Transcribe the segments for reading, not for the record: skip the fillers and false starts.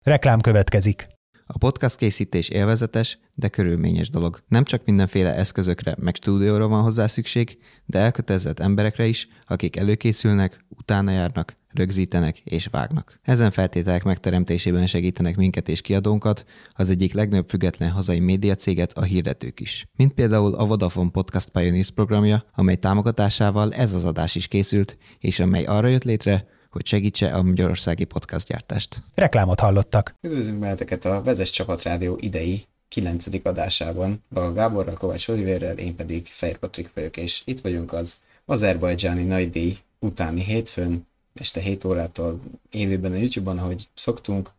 Reklám következik. A podcast készítés élvezetes, de körülményes dolog. Nem csak mindenféle eszközökre meg stúdióra van hozzá szükség, de elkötelezett emberekre is, akik előkészülnek, utána járnak, rögzítenek és vágnak. Ezen feltételek megteremtésében segítenek minket és kiadónkat, az egyik legnagyobb független hazai médiacéget, a hirdetők is. Mint például a Vodafone Podcast Pioneers programja, amely támogatásával ez az adás is készült, és amely arra jött létre, hogy segítse a magyarországi podcastgyártást. Reklámot hallottak. Üdvözlünk benneteket a Vezess Csapat Rádió idei 9. adásában. Balogh Gáborral, Kovács Olivérrel, én pedig Fehér Patrik vagyok, és itt vagyunk az azerbajdzsáni nagydíj utáni hétfőn, este 7 órától élőben a YouTube-on, ahogy szoktunk.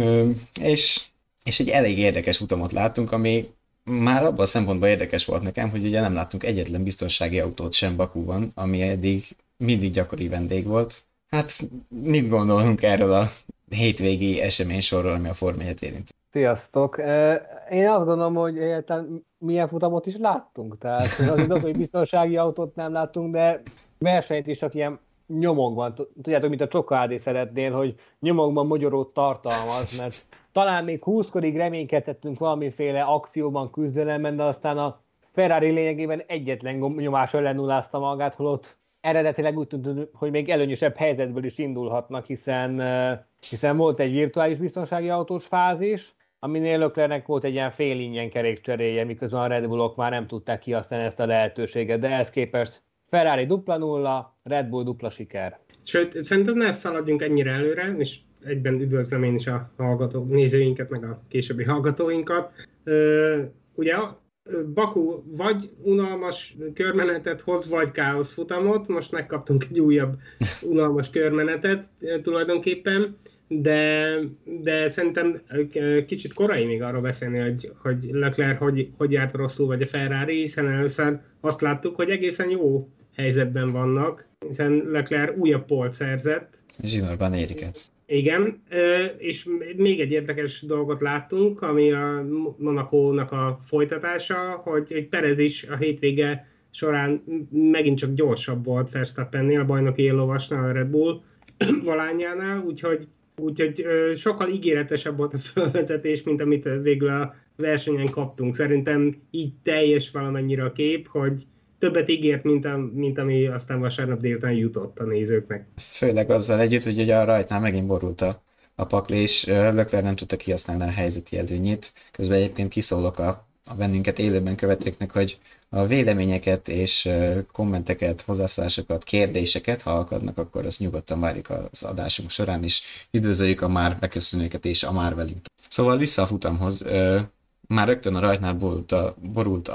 És egy elég érdekes futamot láttunk, ami már abban a szempontból érdekes volt nekem, hogy ugye nem láttunk egyetlen biztonsági autót sem Bakúban, ami eddig mindig gyakori vendég volt. Hát mit gondolunk erről a hétvégi eseménysorról, ami a Forma 1-et érint? Sziasztok! Én azt gondolom, hogy egyáltalán milyen futamot is láttunk. Tehát azért hogy biztonsági autót nem láttunk, de versenyt is csak ilyen nyomokban. Tudjátok, mint a csokádé szeretnél, hogy nyomokban mogyorót tartalmaz, mert talán még 20-korig reménykedhettünk valamiféle akcióban, küzdelemben, de aztán a Ferrari lényegében egyetlen nyomás ellen nullázta magát, holott eredetileg úgy tűnt, hogy még előnyösebb helyzetből is indulhatnak, hiszen volt egy virtuális biztonsági autós fázis, aminél Leclercnek volt egy ilyen fél ingyen kerékcseréje, miközben a Red Bullok már nem tudták kihasználni ezt a lehetőséget, de ehhez képest Ferrari 0-0, Red Bull dupla siker. Sőt, szerintem ne szaladjunk ennyire előre, és egyben üdvözlöm én is a nézőinket, meg a későbbi hallgatóinkat. Ugye Baku vagy unalmas körmenetet hoz, vagy káosz futamot. Most megkaptunk egy újabb unalmas körmenetet tulajdonképpen, de szerintem kicsit korai még arról beszélni, hogy Leclerc hogy járt rosszul, vagy a Ferrari, hiszen először azt láttuk, hogy egészen jó helyzetben vannak, hiszen Leclerc újabb pólt szerzett. Zsinórban ériket. Igen, és még egy érdekes dolgot láttunk, ami a Monacónak a folytatása, hogy Perez is a hétvége során megint csak gyorsabb volt Verstappennél, a bajnoki éllovasnál, a Red Bull volánjánál, úgyhogy sokkal ígéretesebb volt a fölvezetés, mint amit végül a versenyen kaptunk. Szerintem így teljes valamennyire a kép, hogy többet ígért, mint ami aztán vasárnap délután jutott a nézőknek. Főleg azzal együtt, hogy ugye a rajtnál megint borult a pakli, és Leclerc nem tudta kihasználni a helyzeti előnyét. Közben egyébként kiszólok a bennünket élőben követőknek, hogy a véleményeket és kommenteket, hozzászólásokat, kérdéseket, ha akadnak, akkor azt nyugodtan várjuk az adásunk során, és üdvözöljük a már beköszönőket és a már velünk. Szóval vissza a futamhoz, már rögtön a rajtnál borult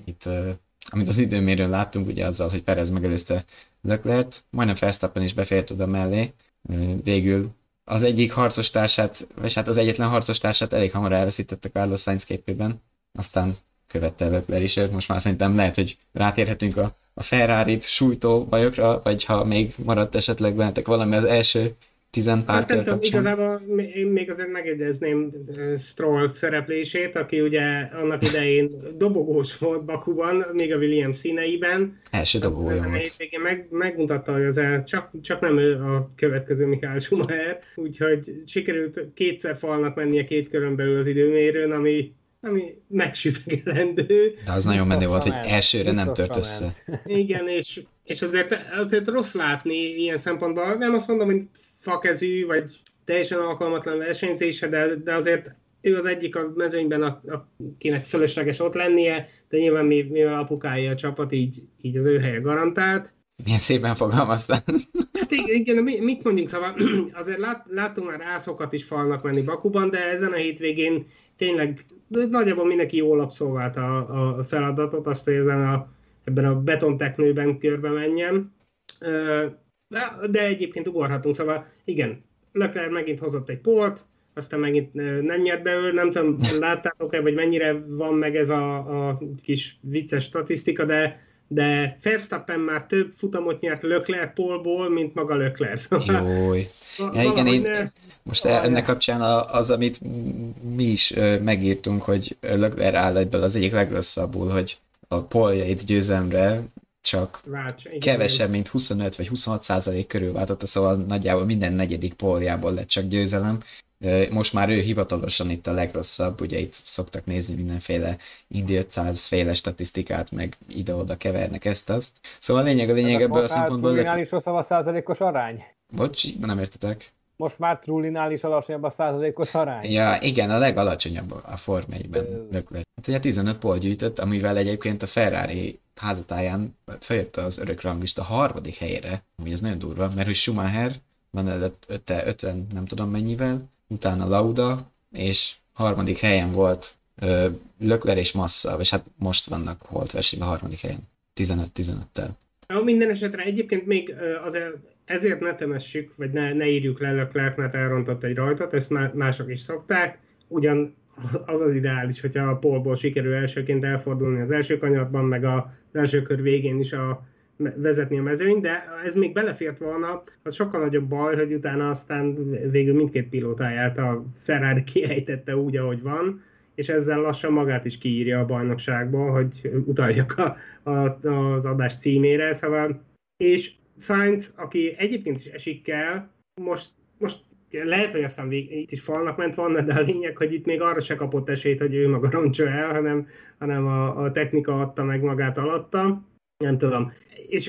amit az időmérőn láttunk, ugye azzal, hogy Perez megelőzte Leclerc, majdnem Verstappen is befért oda mellé. Végül az egyik harcostársát, vagy hát az egyetlen harcostársát elég hamar elveszítette Carlos Sainz képében, aztán követte Leclerc is, most már szerintem lehet, hogy rátérhetünk a Ferrari-t sújtó bajokra, vagy ha még maradt esetleg bennetek valami az első 10 pár kör kapcsán. Igazából én még azért megjegyezném Stroll szereplését, aki ugye annak idején dobogós volt Bakuban, még a Williams színeiben. Első dobogója volt. Megmutatta, hogy csak nem ő a következő Michael Schumacher, úgyhogy sikerült kétszer falnak mennie 2 körön belül az időmérőn, ami megsüvegelendő. De az nagyon menő volt, hogy elsőre nem tört össze. Igen, és azért rossz látni ilyen szempontból. Nem azt mondom, hogy fakezű, vagy teljesen alkalmatlan versenyzése, de azért ő az egyik a mezőnyben, akinek fölösleges ott lennie, de nyilván mivel apukája a csapat, így az ő helye garantált. Milyen szépen fogalmaztál. Hát igen, mit mondjunk, szóval azért láttunk már ászokat is falnak menni Bakuban, de ezen a hétvégén tényleg nagyjából mindenki jól abszolvált a feladatot, azt, hogy ebben a betonteknőben körbe menjen. De egyébként ugorhatunk, szóval igen, Leclerc megint hozott egy pólt, aztán megint nem nyert belőle, nem tudom, láttátok-e, vagy mennyire van meg ez a kis vicces statisztika, de Verstappen már több futamot nyert Leclerc pólból, mint maga Leclerc. Jój. Ja, igen, most ennek kapcsán az, amit mi is megírtunk, hogy Leclerc áll egyből az egyik legrosszabbul, hogy a póljait győzelemre csak kevesebb, mint 25 vagy 26% körül váltotta, szóval nagyjából minden negyedik póljából lett csak győzelem. Most már ő hivatalosan itt a legrosszabb, ugye itt szoktak nézni mindenféle Indy 500 féle statisztikát, meg ide-oda kevernek ezt-azt. Szóval a lényeg ebből a szempontból... Trullinál is rosszabb a százalékos arány? Bocs, nem értetek. Most már Trullinál is alacsonyabb a százalékos arány? Ja, igen, a legalacsonyabb a Form 1-ben Leclerc. Hát ugye 15 pole gyűjtött, amivel egyébként a Ferrari házatáján feljött az örök ranglista harmadik helyére, ami ez nagyon durva, mert hogy Schumacher van előtt 50 nem tudom mennyivel, utána Lauda, és harmadik helyen volt Leclerc és Massa, és hát most vannak holt versenyben harmadik helyen, 15-15-tel. Minden esetre egyébként még azért ezért ne temessük, vagy ne írjuk le Leclerc, mert elrontott egy rajtot, ezt mások is szokták. Ugyan az ideális, hogyha a pole-ból sikerül elsőként elfordulni az első kanyarban, meg az első kör végén is vezetni a mezőnyt, de ez még belefért volna, az sokkal nagyobb baj, hogy utána aztán végül mindkét pilótáját a Ferrari kiejtette úgy, ahogy van, és ezzel lassan magát is kiírja a bajnokságból, hogy utaljak az adás címére, szóval, és Sainz, aki egyébként is esik kell, most lehet, hogy aztán itt is falnak ment volna, de a lényeg, hogy itt még arra se kapott esélyt, hogy ő maga roncsa el, hanem a technika adta meg magát alatta. Nem tudom. És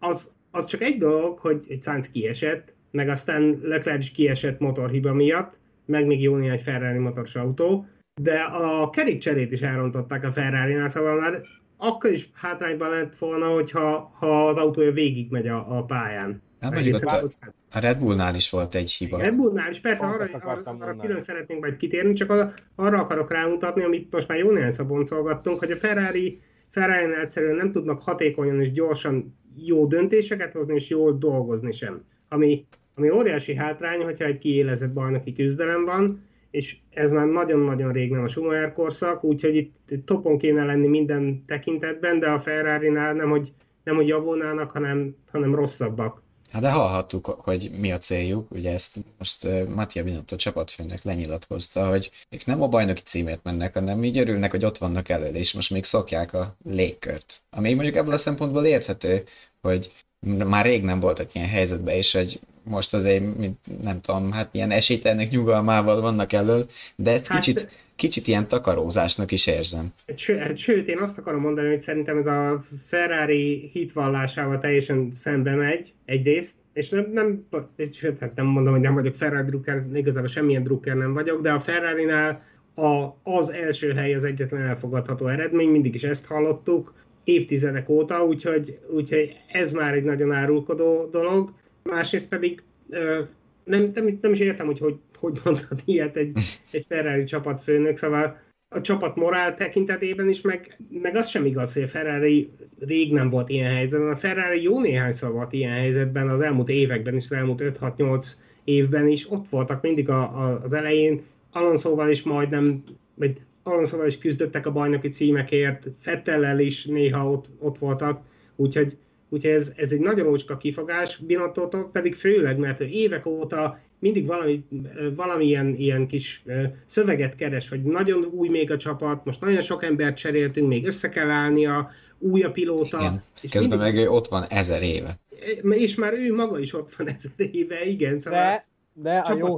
az csak egy dolog, hogy Sainz kiesett, meg aztán Leclerc is kiesett motorhiba miatt, meg még jó néhány Ferrari motoros autó, de a kerékcserét is elrontották a Ferrari-nál, szóval már akkor is hátrányban lett volna, hogyha az autója végigmegy a pályán. Hát mondjuk a Red Bullnál is volt egy hiba. A Red Bullnál is, persze arra külön szeretnénk majd kitérni, csak arra akarok rámutatni, amit most már jó néhányszor boncolgattunk, hogy a Ferrari-nál egyszerűen nem tudnak hatékonyan és gyorsan jó döntéseket hozni, és jól dolgozni sem. Ami óriási hátrány, hogyha egy kiélezett bajnoki küzdelem van, és ez már nagyon-nagyon rég nem a Schumacher korszak, úgyhogy itt topon kéne lenni minden tekintetben, de a Ferrari-nál nem, hogy javulnának, hanem rosszabbak. Hát de hallhattuk, hogy mi a céljuk, ugye ezt most Mattia Binotto csapatfőnök lenyilatkozta, hogy ők nem a bajnoki címért mennek, hanem így örülnek, hogy ott vannak elől, és most még szokják a légkört. Ami mondjuk ebből a szempontból érthető, hogy már rég nem voltak ilyen helyzetben, és hogy most azért, nem tudom, hát ilyen esélytelnek nyugalmával vannak elől, de ezt kicsit ilyen takarózásnak is érzem. Sőt, én azt akarom mondani, hogy szerintem ez a Ferrari hitvallásával teljesen szembe megy egyrészt, és nem mondom, hogy nem vagyok Ferrari drukker, igazából semmilyen drukker nem vagyok, de a Ferrari-nál az első hely az egyetlen elfogadható eredmény, mindig is ezt hallottuk, évtizedek óta, úgyhogy ez már egy nagyon árulkodó dolog. Másrészt pedig nem is értem, hogy mondhat ilyet egy Ferrari csapatfőnök, szóval a csapat morál tekintetében is, meg az sem igaz, hogy a Ferrari rég nem volt ilyen helyzetben. A Ferrari jó néhányszor volt ilyen helyzetben az elmúlt években is, az elmúlt 5-6-8 évben is. Ott voltak mindig az elején, Alonsóval is majdnem, vagy Alonsóval is küzdöttek a bajnoki címekért, Vettellel is néha ott voltak, úgyhogy ez egy nagyon ócska kifogás, Binottótól pedig főleg, mert évek óta mindig valami ilyen kis szöveget keres, hogy nagyon új még a csapat, most nagyon sok embert cseréltünk, még össze kell állnia, új a pilóta. Igen. És közben mindig... meg ő ott van 1000 éve. És már ő maga is ott van 1000 éve, igen. Szóval de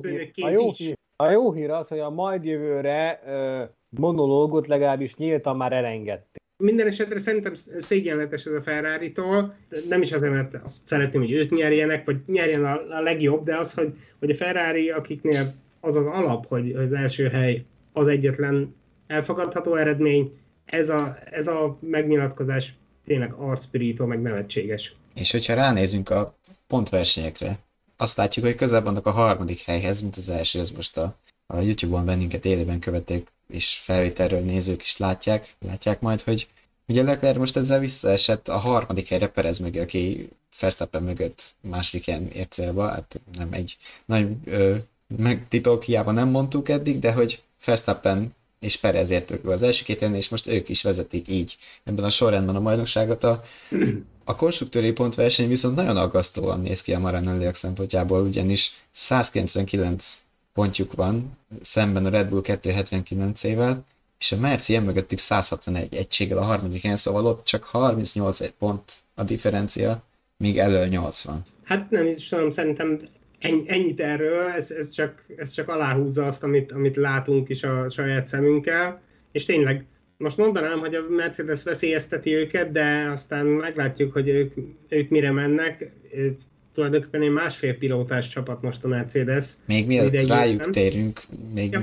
a jó hír az, hogy a majd jövőre monológot legalábbis nyíltan már elengedték. Minden esetre szerintem szégyenletes ez a Ferrari-tól, nem is azért, mert azt szeretném, hogy ők nyerjenek, vagy nyerjen a legjobb, de az, hogy a Ferrari, akiknél az az alap, hogy az első hely az egyetlen elfogadható eredmény, ez a megnyilatkozás tényleg arcpirító, meg nevetséges. És hogyha ránézünk a pontversenyekre, azt látjuk, hogy közel vannak a harmadik helyhez, mint az első, az most a YouTube-on bennünket élőben követték, és felvételről nézők is látják majd, hogy ugye Leclerc most ezzel visszaesett a harmadik helyre Perez mögé, aki Verstappen mögött második helyen ért célba, hát nem egy nagy megtitok, hiába nem mondtuk eddig, de hogy Verstappen és Perez értük az első két helyen, és most ők is vezetik így ebben a sorrendben a bajnokságot. A konstruktőri pontverseny viszont nagyon aggasztóan néz ki a Maranelliak szempontjából, ugyanis 199 pontjuk van, szemben a Red Bull 279-ével, és a Merci mögöttük 161 egységgel a harmadik helyen, szóval ott csak 38 pont a differencia, míg elől 80. Hát nem is tudom, szerintem ennyit erről, ez csak aláhúzza azt, amit látunk is a saját szemünkkel, és tényleg most mondanám, hogy a Mercedes veszélyezteti őket, de aztán meglátjuk, hogy ők mire mennek. Tulajdonképpen egy másfél pilótás csapat most a Mercedes. Még mielőtt rájuk térünk, még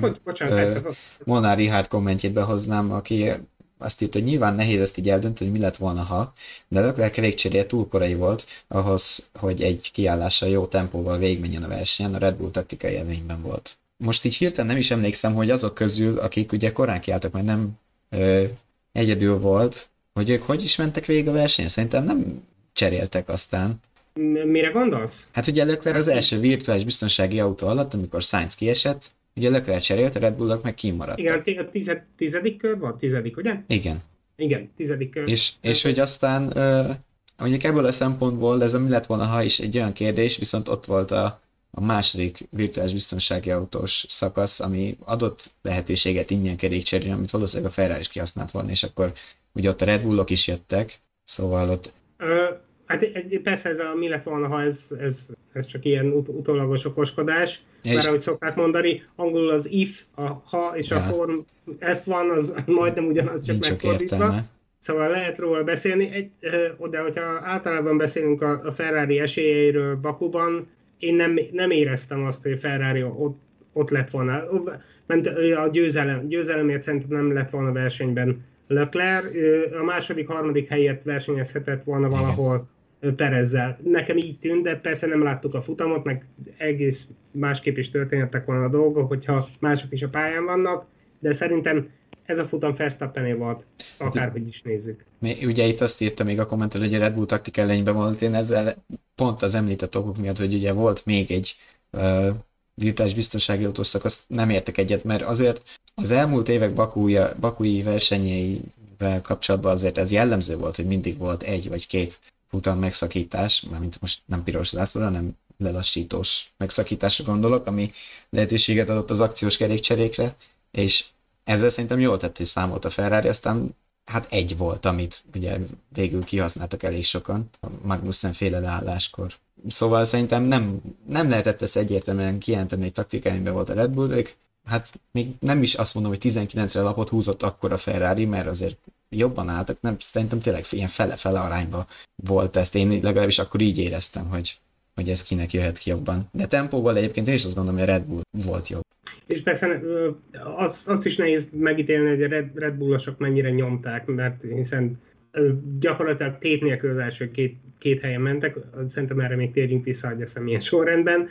Molnár Richárd kommentjét behoznám, aki azt írta, hogy nyilván nehéz ezt így eldönteni, hogy mi lett volna, ha, de Leclerc kerékcseréje túl korai volt ahhoz, hogy egy kiállással jó tempóval végigmenjen a versenyen, a Red Bull taktikai előnyben volt. Most így hirtelen nem is emlékszem, hogy azok közül, akik ugye korán kiálltak, majd nem egyedül volt, hogy ők hogy is mentek végig a versenyen, szerintem nem cseréltek aztán. Mire gondolsz? Hát ugye Leclerc az első virtuális biztonsági autó alatt, amikor Sainz kiesett, ugye Leclerc cserélt, a Red Bullok meg kimaradtak. Igen, a tizedik kör volt? Tizedik, ugye? Igen. Igen, tizedik kör. És hogy aztán, mondjuk ebből a szempontból ez a mi lett volna, ha is egy olyan kérdés, viszont ott volt a második virtuális biztonsági autós szakasz, ami adott lehetőséget ingyen kerékcserélni, amit valószínűleg a Ferrari is kihasznált volna, és akkor ugye ott a Red Bullok is jöttek, szóval ott... Hát persze ez a mi lett volna, ha ez csak ilyen utólagos okoskodás, mert ahogy szokták mondani, angolul az if, a ha és a form F1 az majdnem ugyanaz, csak megfordítva. Szóval lehet róla beszélni, de hogyha általában beszélünk a Ferrari esélyeiről Bakuban, én nem éreztem azt, hogy a Ferrari ott lett volna. Ment a győzelemért szerintem nem lett volna versenyben Leclerc, a második, harmadik helyet versenyezhetett volna valahol Perezzel. Nekem így tűnt, de persze nem láttuk a futamot, meg egész másképp is történhettek volna a dolgok, hogyha mások is a pályán vannak, de szerintem ez a futam Verstappené volt, akárhogy is nézzük. Ugye itt azt írta még a kommentelő, hogy a Red Bull taktika előnyben volt, én ezzel pont az említett okok miatt, hogy ugye volt még egy virtuális biztonsági autós szakasz, nem értek egyet, mert azért az elmúlt évek bakui versenyeivel kapcsolatban azért ez jellemző volt, hogy mindig volt egy vagy két futam megszakítás, mármint most nem piros zászlóra, hanem lelassítós megszakításra gondolok, ami lehetőséget adott az akciós kerékcserékre, és ezzel szerintem jól tett, hogy számolt a Ferrari, aztán hát egy volt, amit ugye végül kihasználtak elég sokan, a Magnussen féle leálláskor. Szóval szerintem nem lehetett ezt egyértelműen kijelenteni, hogy taktikájában volt a Red Bull, ők hát még nem is azt mondom, hogy 19-re lapot húzott akkor a Ferrari, mert azért jobban álltak, nem, szerintem tényleg ilyen fele-fele arányba volt ezt, én legalábbis akkor így éreztem, hogy ez kinek jöhet ki jobban. De tempóval egyébként én is azt gondolom, hogy a Red Bull volt jobb. És persze azt is nehéz megítélni, hogy a Red Bullosok mennyire nyomták, mert hiszen gyakorlatilag tét nélkül az első két helyen mentek, szerintem erre még térjünk vissza, hogy aztán milyen sorrendben,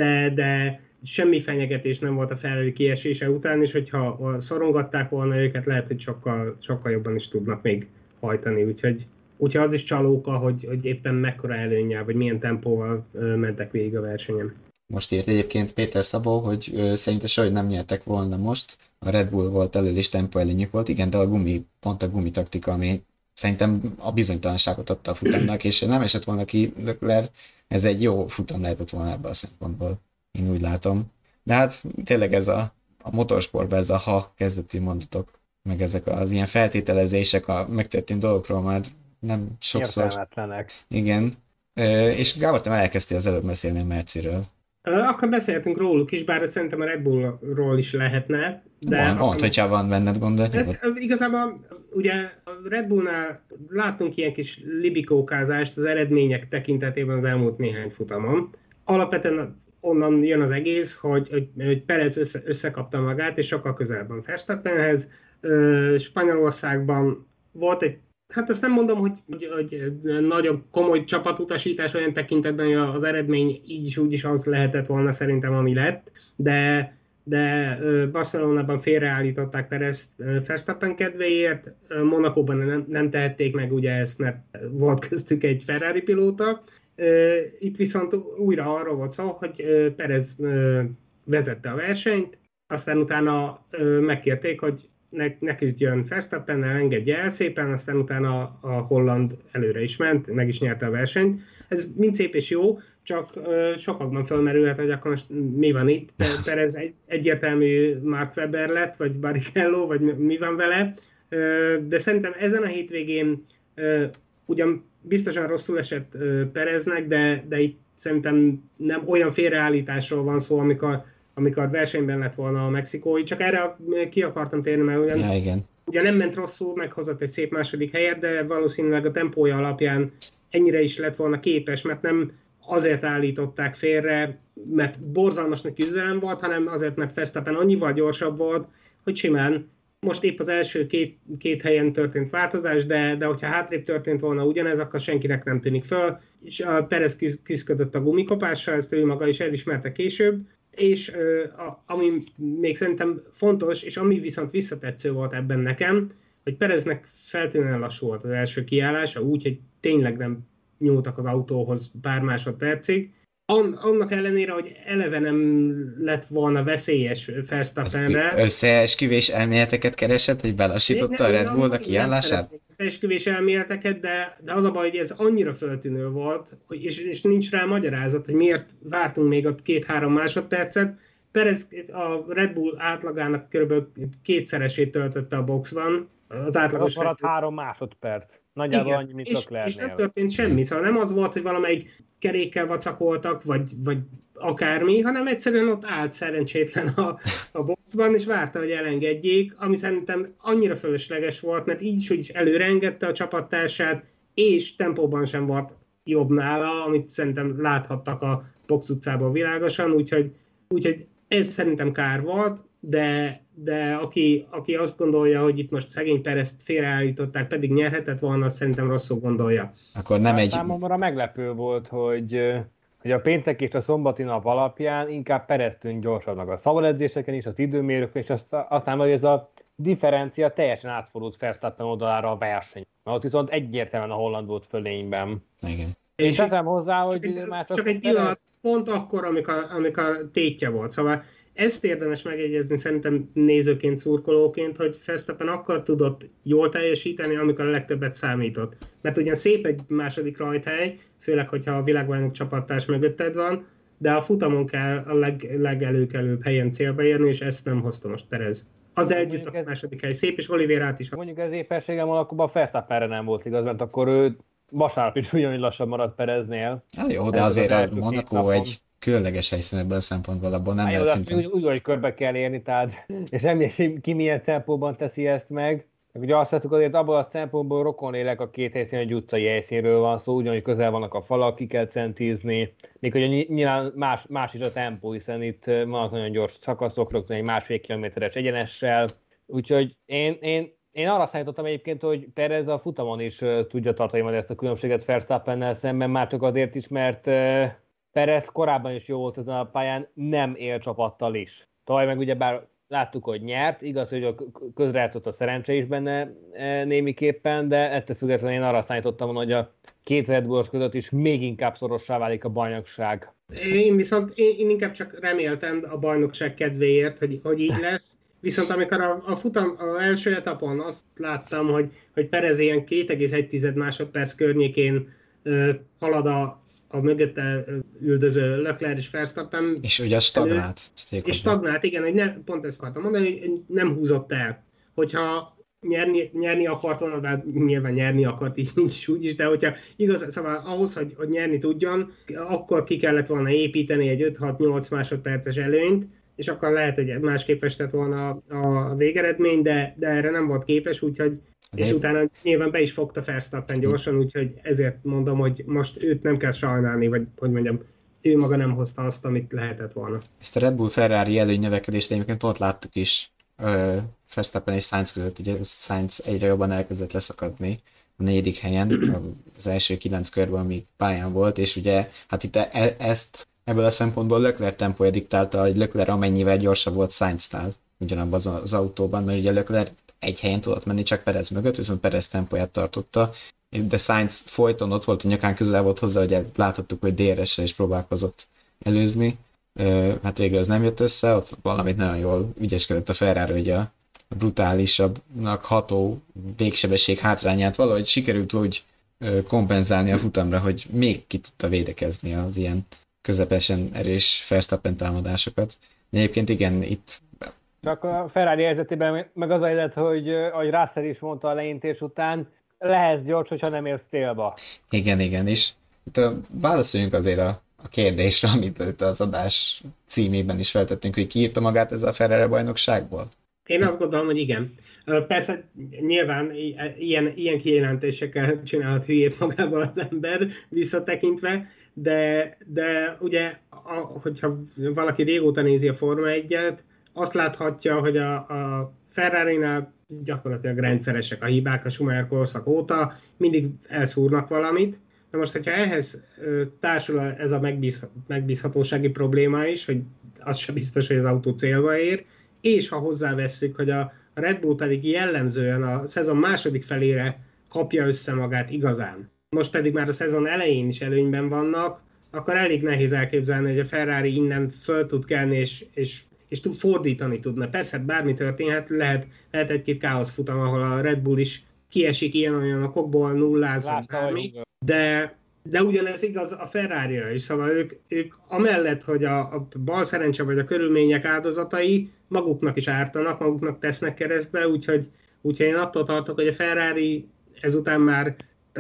de semmi fenyegetés nem volt a Ferrari kiesése után, és hogyha szorongatták volna őket, lehet, hogy sokkal jobban is tudnak még hajtani, úgyhogy az is csalóka, hogy éppen mekkora előnnyel, vagy milyen tempóval mentek végig a versenyen. Most írt egyébként Péter Szabó, hogy szerinte soha nem nyertek volna most, a Red Bull volt elő, és tempó előnyük volt, igen, de pont a gumitaktika, ami szerintem a bizonytalanságot adta a futamnak, és nem esett volna ki Leclerc, ez egy jó futam lehetett volna ebből a szempontból, én úgy látom. De hát tényleg ez a motorsportban ez a ha kezdeti mondatok, meg ezek az ilyen feltételezések a megtörtént dolgokról már nem sokszor. Értelmetlenek. Igen. És Gábor, te már elkezdtél az előbb beszélni a Merciről. Akkor beszélhetünk róluk is, bár szerintem a Red Bullról is lehetne. De mondd, hogyha van benned gond. Igazából ugye a Red Bullnál láttunk ilyen kis libikókázást az eredmények tekintetében az elmúlt néhány futamon. Alapvetően onnan jön az egész, hogy Perez összekapta magát, és sokkal közelebb van Verstappenhez. Spanyolországban volt egy, hát azt nem mondom, hogy nagyon komoly csapatutasítás olyan tekintetben, hogy az eredmény így is úgy is az lehetett volna szerintem, ami lett, de Barcelonában félreállították Perez Verstappen kedvéért, Monacóban nem tehették meg ugye ezt, mert volt köztük egy Ferrari pilóta. Itt viszont újra arról volt szó, hogy Perez vezette a versenyt, aztán utána megkérték, hogy ne küzdjön Verstappennel, engedje el szépen, aztán utána a holland előre is ment, meg is nyerte a versenyt. Ez mind szép és jó, csak sokakban felmerülhet, hogy akkor most mi van itt. Perez egyértelmű Mark Webber lett, vagy Barrichello, vagy mi van vele. De szerintem ezen a hétvégén ugyan biztosan rosszul esett Pereznek, de itt szerintem nem olyan félreállításról van szó, amikor versenyben lett volna a mexikói, csak erre ki akartam térni, mert igen. ugye nem ment rosszul, meghozott egy szép második helyet, de valószínűleg a tempója alapján ennyire is lett volna képes, mert nem azért állították félre, mert borzalmasnak küzdelem volt, hanem azért, mert Verstappen annyival gyorsabb volt, hogy simán most épp az első két helyen történt változás, de hogyha hátrébb történt volna ugyanez, akkor senkinek nem tűnik föl, és a Perez küzdött a gumikopással, ezt ő maga is elismerte később, és ami még szerintem fontos, és ami viszont visszatetsző volt ebben nekem, hogy Pereznek feltűnően lassú volt az első kiállása, úgyhogy tényleg nem nyúltak az autóhoz pár másodpercig. Annak ellenére, hogy eleve nem lett volna veszélyes Verstappenre. Összeesküvés elméleteket keresett, hogy belassította a Red Bull a kiállását? Összeesküvés elméleteket, de az a baj, hogy ez annyira föltűnő volt, és nincs rá magyarázat, hogy miért vártunk még ott 2-3 másodpercet. Perez a Red Bull átlagának kb. Kétszeresét töltötte a boxban. Az átlagos maradt 3 másodperc. Nagyjából annyi, mint Leclercnél. És nem történt semmi, szóval nem az volt, hogy valamelyik kerékkel vacakoltak, vagy akármi, hanem egyszerűen ott állt szerencsétlen a boxban, és várta, hogy elengedjék, ami szerintem annyira fölösleges volt, mert így is előre engedte a csapattársát, és tempóban sem volt jobb nála, amit szerintem láthattak a box utcából világosan, úgyhogy ez szerintem kár volt, de aki azt gondolja, hogy itt most szegény Perezt félreállították, pedig nyerhetett volna, azt szerintem rosszul gondolja. Akkor nem egy... Számomra meglepő volt, hogy a péntek és a szombati nap alapján inkább Perez tűnt gyorsabbnak a szabadedzéseken is, az időmérőkön, és aztán hogy ez a differencia teljesen átfordult Verstappen oldalára a verseny. Ott viszont egyértelműen a holland volt fölényben. Igen. És teszem hozzá, hogy már csak egy pillanat, pont akkor, amikor tétje volt. Szóval ezt érdemes megjegyezni szerintem nézőként, szurkolóként, hogy Verstappen akkor tudott jól teljesíteni, amikor a legtöbbet számított. Mert ugyan szép egy második rajthely, főleg, hogyha a világbajnok csapattárs mögötted van, de a futamon kell a legelőkelőbb helyen célba érni, és ezt nem hozta most Perez. Az együtt a második hely szép, és Oliveirát is. Mondjuk ez éppenségem alakulban Verstappenre nem volt igaz, mert akkor ő vasárnap is ugyanúgy lassan maradt Pereznél. Hát jó, de azért a Monaco egy különleges helyszín ebből a szempontból, abban nem lehet szintén. Úgy, hogy körbe kell érni, tehát, és nem ki milyen tempóban teszi ezt meg. Ugye azt hiszük, azért abból a szempontból rokonlélek a két helyszín, egy utcai helyszínről van szó, ugyanúgy közel vannak a falak, ki kell centízni, még hogy nyilván más is a tempó, hiszen itt vannak nagyon gyors szakaszok, rögtön egy 1,5 kilométeres egyenessel, úgyhogy én arra számítottam egyébként, hogy Perez a futamon is tudja tartani majd ezt a különbséget Verstappennel szemben, már csak azért is, mert Perez korábban is jó volt ezen a pályán, nem él csapattal is. Tavaly meg ugyebár láttuk, hogy nyert, igaz, hogy közrejátszott a szerencse is benne némiképpen, de ettől függetlenül én arra számítottam, hogy a két Red Bullos között is még inkább szorossá válik a bajnokság. Én viszont inkább csak reméltem a bajnokság kedvéért, hogy így lesz. Viszont amikor a futam az első etapon azt láttam, hogy Perez ilyen 2,1 másodperc környékén halad a mögötte üldöző Leclerc és Verstappen. És ugye stagnált. És stagnált, igen, hogy pont ezt akartam mondani, hogy nem húzott el. Hogyha nyerni akart volna, de nyilván nyerni akart így is úgy is, de hogyha igaz, szóval ahhoz, hogy nyerni tudjon, akkor ki kellett volna építeni egy 5-6-8 másodperces előnyt, és akkor lehet, hogy másképp estett volna a végeredmény, de erre nem volt képes, úgyhogy és utána nyilván be is fogta Verstappen gyorsan, úgyhogy ezért mondom, hogy most őt nem kell sajnálni, vagy hogy mondjam, ő maga nem hozta azt, amit lehetett volna. Ezt a Red Bull-Ferrari előnynövekedést egyébként ott láttuk is Verstappen és Sainz között, ugye Sainz egyre jobban elkezdett leszakadni a 4. helyen, az első 9 körben, amíg pályán volt, és ugye hát itt ebből a szempontból Leclerc tempója diktálta, hogy Leclerc amennyivel gyorsabb volt Sainznál ugyanabban az autóban, mert ugye Leclerc egy helyen tudott menni csak Perez mögött, viszont Perez tempóját tartotta, de Sainz folyton ott volt, a nyakán közel volt hozzá, hogy láthattuk, hogy DRS-re is próbálkozott előzni. Hát végül ez nem jött össze, ott valamit nagyon jól ügyeskedett a Ferrari, hogy a brutálisabbnak ható végsebesség hátrányát valahogy sikerült úgy kompenzálni a futamra, hogy még ki tudta védekezni az ilyen közepesen erős Verstappen támadásokat. De egyébként igen, itt... Csak a Ferrari helyzetében meg az a élet, hogy ahogy Russell is mondta a leintés után, lehetsz gyors, hogyha nem érsz célba. Igen, és itt válaszoljunk azért a a kérdésre, amit itt az adás címében is feltettünk, hogy ki írta magát ez a Ferrari bajnokságból? Én azt gondolom, hogy igen. Persze nyilván ilyen kijelentésekkel csinálhat hülyét magából az ember visszatekintve, de ugye, hogyha valaki régóta nézi a Forma 1-et, azt láthatja, hogy a Ferrari-nál gyakorlatilag rendszeresek a hibák a Schumacher korszak óta, mindig elszúrnak valamit. Na most, hogyha ehhez társul ez a megbízhatósági probléma is, hogy az sem biztos, hogy az autó célba ér, és ha hozzávesszük, hogy a Red Bull pedig jellemzően a szezon második felére kapja össze magát igazán, most pedig már a szezon elején is előnyben vannak, akkor elég nehéz elképzelni, hogy a Ferrari innen föl tud kelni, és tud fordítani tudna. Persze bármi történhet, lehet egy-két káosz futam, ahol a Red Bull is kiesik ilyen-olyan okokból, nulláz, vagy bármi, de ugyanez igaz a Ferrari-ra is, szóval ők amellett, hogy a bal szerencse vagy a körülmények áldozatai, maguknak is ártanak, maguknak tesznek keresztbe, úgyhogy én attól tartok, hogy a Ferrari ezután már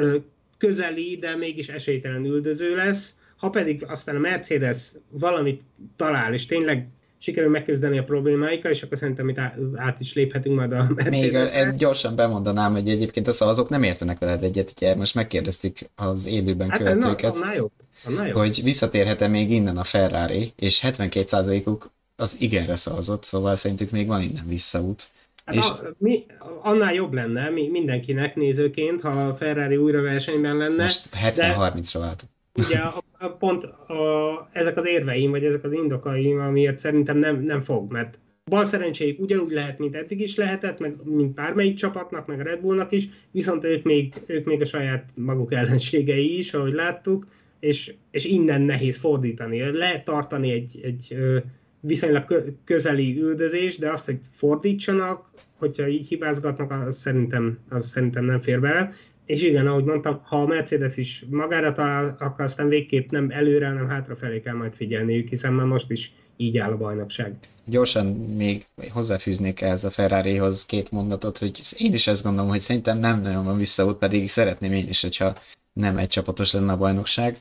közeli, de mégis esélytelen üldöző lesz, ha pedig aztán a Mercedes valamit talál, és tényleg sikerül megküzdeni a problémáikkal, és akkor szerintem itt át is léphetünk majd a Mercedesre. Még gyorsan bemondanám, hogy egyébként a szavazók nem értenek veled egyet, ugye most megkérdeztük az élőben követőket, hogy visszatérhet-e még innen a Ferrari, és 72%-uk az igenre szavazott, szóval szerintük még van innen visszaút. Hát és annál jobb lenne mindenkinek nézőként, ha a Ferrari újra versenyben lenne. Most 70-30-ra váltott. Ugye pont ezek az érveim, vagy ezek az indokaim, amiért szerintem nem fog, mert bal szerencséjük ugyanúgy lehet, mint eddig is lehetett, meg mint bármelyik csapatnak, meg a Red Bullnak is, viszont ők még a saját maguk ellenségei is, ahogy láttuk, és innen nehéz fordítani. Lehet tartani egy viszonylag közeli üldözés, de azt, hogy fordítsanak, hogyha így hibázgatnak, az szerintem nem fér bele. És igen, ahogy mondtam, ha a Mercedes is magára talál, akkor aztán végképp nem előre, hanem hátrafelé kell majd figyelniük, hiszen már most is így áll a bajnokság. Gyorsan még hozzáfűznék ehhez a Ferrarihoz két mondatot, hogy én is ezt gondolom, hogy szerintem nem nagyon van visszaút, pedig szeretném én is, hogyha nem egy csapatos lenne a bajnokság.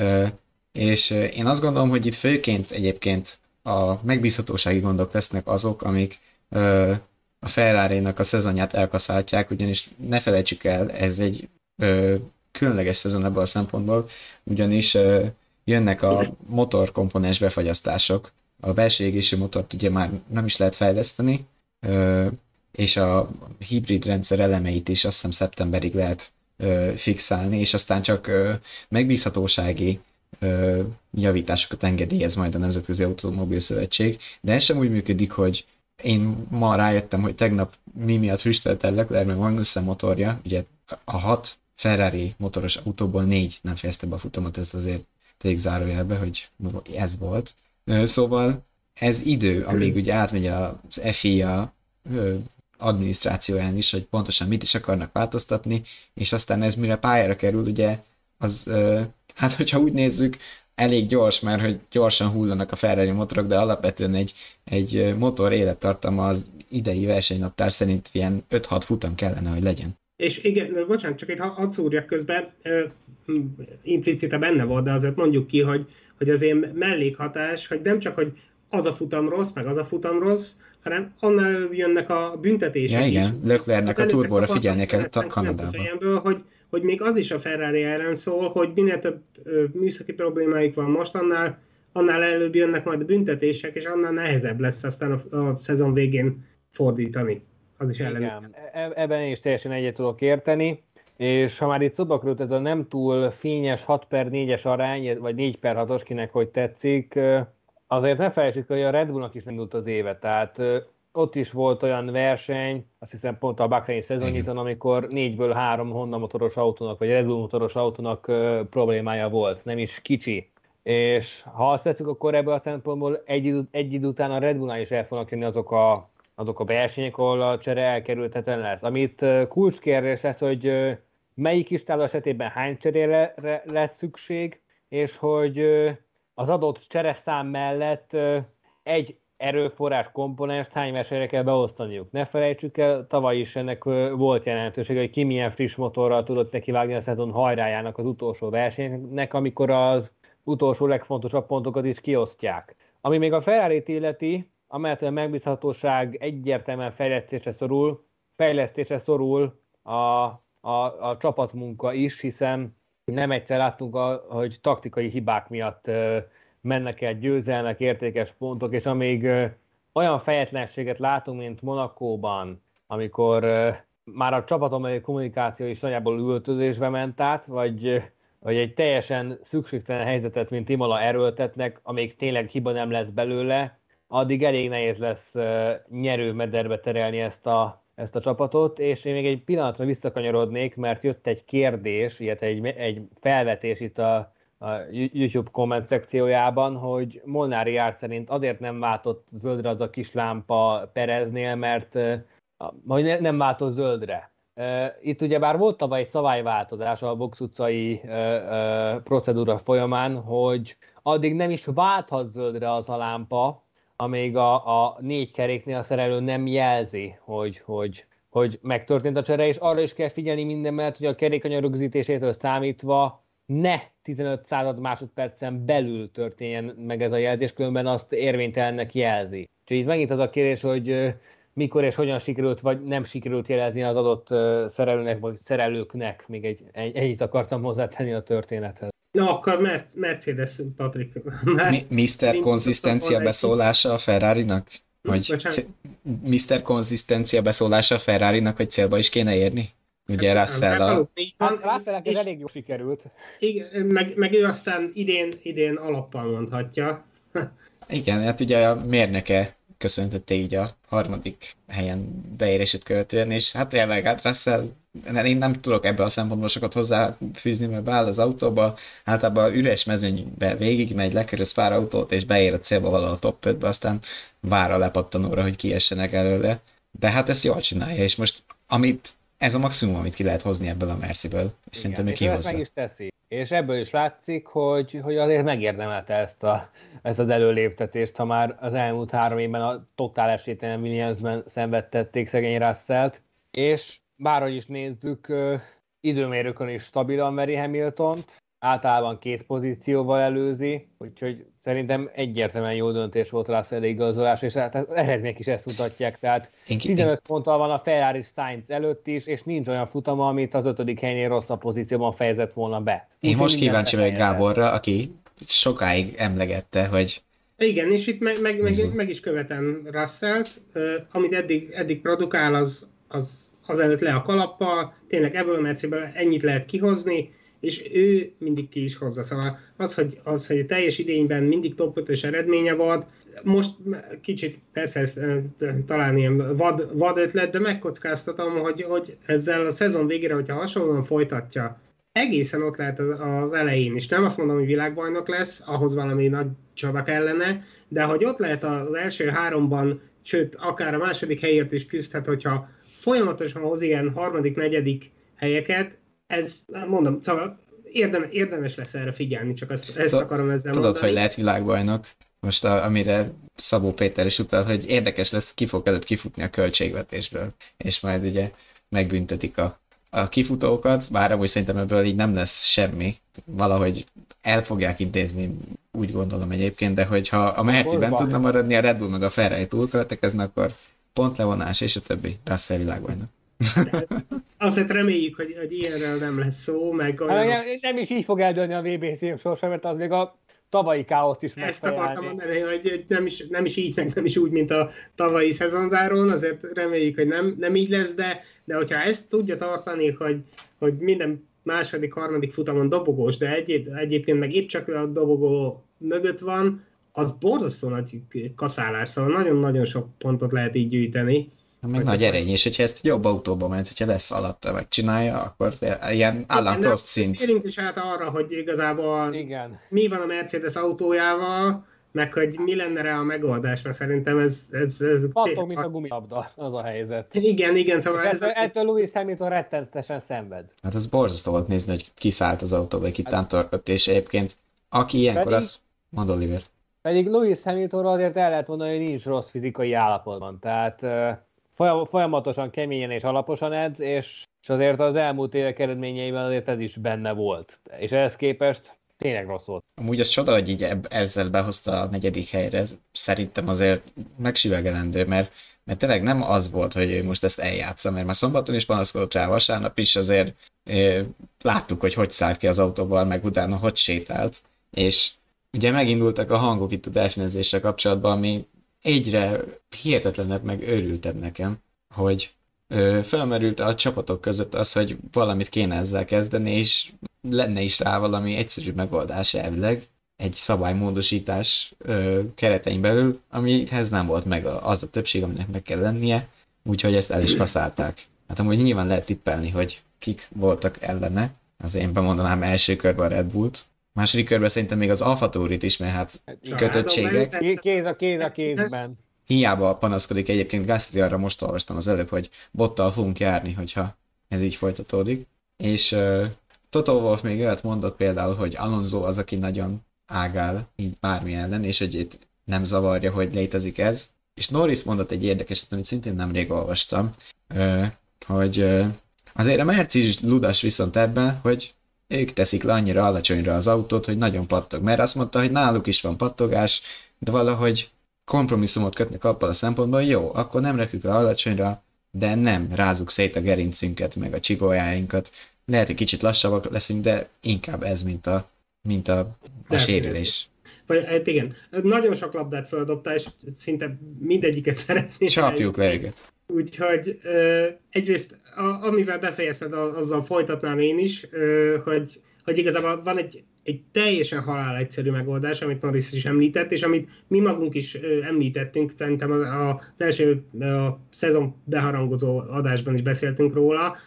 És én azt gondolom, hogy itt főként egyébként a megbízhatósági gondok lesznek azok, amik a Ferrari-nak a szezonját elkaszáltják, ugyanis ne felejtsük el, ez egy különleges szezon ebből a szempontból, ugyanis jönnek a motorkomponens befagyasztások. A belső égésű motort ugye már nem is lehet fejleszteni, és a hibrid rendszer elemeit is azt hiszem szeptemberig lehet fixálni, és aztán csak megbízhatósági javításokat engedélyez majd a Nemzetközi Automobil Szövetség, de ez sem úgy működik, hogy én ma rájöttem, hogy tegnap mi miatt füstölt el Leclerc meg Magnussen motorja, ugye a 6 Ferrari motoros autóból 4 nem fejezte be a futamot, ez azért tegyük zárójelbe, hogy ez volt. Szóval ez idő, amíg ugye átmegy az FIA adminisztrációján is, hogy pontosan mit is akarnak változtatni, és aztán ez mire pályára kerül, ugye az, hát hogyha úgy nézzük, elég gyors, mert hogy gyorsan hullanak a Ferrari motorok, de alapvetően egy motor élettartama az idei versenynaptár szerint ilyen 5-6 futam kellene, hogy legyen. És igen, bocsánat, csak itt hadd szúrjak közben, implicite benne volt, de azért mondjuk ki, hogy az én mellékhatás, hogy nem csak, hogy az a futam rossz, meg az a futam rossz, hanem annál jönnek a büntetések is. Igen, Leclercnek a turbóra figyelni kell Kanadában. Hogy még az is a Ferrari ellen szól, hogy minél több műszaki problémáik van most, annál előbb jönnek majd a büntetések, és annál nehezebb lesz aztán a szezon végén fordítani. Az is ellen. Igen, ebben én is teljesen egyet tudok érteni, és ha már itt szóba került ez a nem túl fényes 6/4-es arány, vagy 4/6-os, kinek hogy tetszik, azért ne felejtsük, hogy a Red Bullnak is indult az éve, tehát ott is volt olyan verseny, azt hiszem pont a Bahreini szezonnyiton, amikor 4-ből 3 Honda motoros autónak, vagy Red Bull motoros autónak problémája volt, nem is kicsi. És ha azt tesszük, akkor ebből a szempontból egy idő után a Red Bullnál is el fognak jönni azok a versenyek, ahol a csere elkerülhetetlen lesz. Amit kulcskérdés lesz, hogy melyik istáló esetében hány cserére lesz szükség, és hogy az adott csereszám mellett egy erőforrás komponenst hány versenyre kell beosztaniuk. Ne felejtsük el, tavaly is ennek volt jelentősége, hogy ki milyen friss motorral tudott nekivágni a szezon hajrájának az utolsó versenynek, amikor az utolsó legfontosabb pontokat is kiosztják. Ami még a Ferrari-t illeti, amellett, hogy a megbízhatóság egyértelműen fejlesztésre szorul a csapatmunka is, hiszen nem egyszer láttunk, hogy taktikai hibák miatt mennek el győzelmek, értékes pontok, és amíg olyan fejetlenséget látunk, mint Monacóban, amikor már a csapaton kommunikáció is nagyjából üvöltözésbe ment át, vagy egy teljesen szükségtelen helyzetet, mint Imola erőltetnek, amíg tényleg hiba nem lesz belőle, addig elég nehéz lesz nyerőmederbe terelni ezt a csapatot, és én még egy pillanatra visszakanyarodnék, mert jött egy kérdés, illetve egy felvetés itt a YouTube komment szekciójában, hogy Molnár Jár szerint azért nem váltott zöldre az a kis lámpa Pereznél, mert hogy nem váltott zöldre. Itt ugyebár volt tavaly egy szabályváltozás a Box utcai procedúra folyamán, hogy addig nem is válthat zöldre az a lámpa, amíg a 4 keréknél a szerelő nem jelzi, hogy megtörtént a csere, és arra is kell figyelni minden mellett, hogy a kerékanyag rögzítésétől számítva ne 15 század másodpercen belül történjen meg ez a jelzés, különben azt érvénytelennek jelzi. Úgyhogy itt megint az a kérdés, hogy mikor és hogyan sikerült, vagy nem sikerült jelezni az adott szerelőnek, vagy szerelőknek. Még egyet akartam hozzátenni a történethez. Na, akkor Mercedes, Patrik. Mr. Konzisztencia beszólása a Ferrarinak? Mr. Konzisztencia beszólása a Ferrarinak, hogy célba is kéne érni? Ugye Russell-a... Russell-nek ez elég jó sikerült. Igen, meg ő aztán idén alappal mondhatja. Igen, hát ugye a mérnöke köszöntötte így a 3. helyen beérését követően, és hát tényleg, hát Russell, én nem tudok ebből a szempontból sokat hozzáfűzni, mert beáll az autóba, általában üres mezőnybe végigmegy, leköröz pár autót, és beér a célba valahol a top 5-be, aztán vár a lepattanóra, hogy kiessenek előle. De hát ezt jól csinálja, és most ez a maximum, amit ki lehet hozni ebből a Merciből, és szerintem ő kihozza. Meg is teszi. És ebből is látszik, hogy azért megérdemelte ezt az előléptetést, ha már az elmúlt 3 évben a totál esélytelen Williamsben szenvedtették szegény Russellt, és bárhogy is nézzük, időmérőkön is stabilan veri Hamiltont, általában 2 pozícióval előzi, úgyhogy szerintem egyértelműen jó döntés volt Russell igazolás, és hát az eredmények is ezt mutatják, tehát 15 ponttal van a Ferrari Sainz előtt is, és nincs olyan futama, amit az 5. helynél rosszabb pozícióban fejezett volna be. Én most kíváncsi vagyok Gáborra, aki sokáig emlegette, hogy... Igen, és itt meg is követem Russellt, amit eddig produkál, az előtt le a kalappal, tényleg ebből a Merciből ennyit lehet kihozni, és ő mindig ki is hozza. Szóval az, hogy teljes idényben mindig top 5-ös eredménye volt, most kicsit persze ez talán ilyen vad ötlet, de megkockáztatom, hogy ezzel a szezon végére, hogyha hasonlóan folytatja, egészen ott lehet az elején is. Nem azt mondom, hogy világbajnok lesz, ahhoz valami nagy csata kellene, de hogy ott lehet az első 3-ban, sőt, akár a második helyért is küzdhet, hogyha folyamatosan hoz ilyen 3., 4. helyeket, ez, mondom, szóval érdemes lesz erre figyelni, csak ezt akarom ezzel mondani. Tudod, hogy lehet világbajnok? Most amire Szabó Péter is utalt, hogy érdekes lesz, ki fog előbb kifutni a költségvetésből, és majd ugye megbüntetik a kifutókat, bár amúgy szerintem ebből így nem lesz semmi. Valahogy el fogják intézni, úgy gondolom egyébként, de hogyha a Merciben tudna maradni, a Red Bull meg a Ferrari túlköltekezne, akkor pontlevonás és a többi. Russell világbajnok. Azért reméljük, hogy ilyenről nem lesz szó, meg olyan... Nem is így fog eldőlni a VB sorsa, mert az még a tavalyi káoszt is megfejelni. Ezt akartam mondani, hogy nem is így, meg nem is úgy, mint a tavalyi szezonzárón, azért reméljük, hogy nem így lesz, de hogyha ezt tudja tartani, hogy minden második, harmadik futamon dobogós, de egyébként meg épp csak a dobogó mögött van, az borzasztó nagy kaszálás, szóval nagyon-nagyon sok pontot lehet így gyűjteni. Meg nagy erény, és hogyha ezt jobb autóba ment, hogyha lesz alatta megcsinálja, akkor ilyen Alan Prost szint. Érünk is át arra, hogy igazából mi van a Mercedes autójával, meg hogy mi lenne rá a megoldás, mert szerintem ez pattog, mint a gumilabda, az a helyzet. Igen, szóval ettől Lewis Hamilton rettenetesen szenved. Hát az borzasztó volt nézni, hogy kiszállt az autóba, kitántorgott, és egyébként aki ilyenkor az... Mond Oliver. Pedig Lewis Hamiltonra azért el lehet mondani, hogy nincs rossz fizikai állapotban, tehát folyamatosan, keményen és alaposan edz, és azért az elmúlt évek eredményeiben azért ez is benne volt. És ehhez képest Tényleg rossz volt. Amúgy az csoda, hogy így ezzel behozta a 4. helyre, szerintem azért megsüvegelendő, mert tényleg nem az volt, hogy ő most ezt eljátsza, mert már szombaton is panaszkodott rá, vasárnap is azért láttuk, hogy szállt ki az autóval, meg utána hogy sétált, és ugye megindultak a hangok itt a delfinezéssel kapcsolatban, ami egyre hihetetlenebb, meg őrültebb nekem, hogy felmerült a csapatok között az, hogy valamit kéne ezzel kezdeni, és lenne is rá valami egyszerű megoldás elvileg, egy szabálymódosítás keretein belül, amihez nem volt meg az a többség, aminek meg kell lennie, úgyhogy ezt el is kaszálták. Hát amúgy nyilván lehet tippelni, hogy kik voltak ellene. Az én bemondanám első körben a Red Bullt. Második körben szerintem még az Alfa Taurit is, mert hát kötöttségek. Kéz a kézben. Hiába panaszkodik egyébként Gasly, arra most olvastam az előbb, hogy bottal fogunk járni, hogyha ez így folytatódik. És Toto Wolff még olyat mondott például, hogy Alonso az, aki nagyon ágál így bármi ellen, és hogy itt nem zavarja, hogy létezik ez. És Norris mondott egy érdekeset, amit szintén nemrég olvastam, hogy azért a Merci is ludas viszont ebben, hogy ők teszik le annyira alacsonyra az autót, hogy nagyon pattog. Mert azt mondta, hogy náluk is van pattogás, de valahogy kompromisszumot kötnek abban a szempontból, hogy jó, akkor nem rakjuk le alacsonyra, de nem rázzuk szét a gerincünket, meg a csigójáinkat. Lehet, hogy kicsit lassabbak leszünk, de inkább ez, mint a sérülés. Hát igen, nagyon sok labdát feldobta, és szinte mindegyiket szeretné. Csapjuk le őket. Úgyhogy egyrészt, amivel befejezted, azzal folytatnám én is, hogy igazából van egy teljesen halál egyszerű megoldás, amit Norris is említett, és amit mi magunk is említettünk, szerintem az első szezon beharangozó adásban is beszéltünk róla,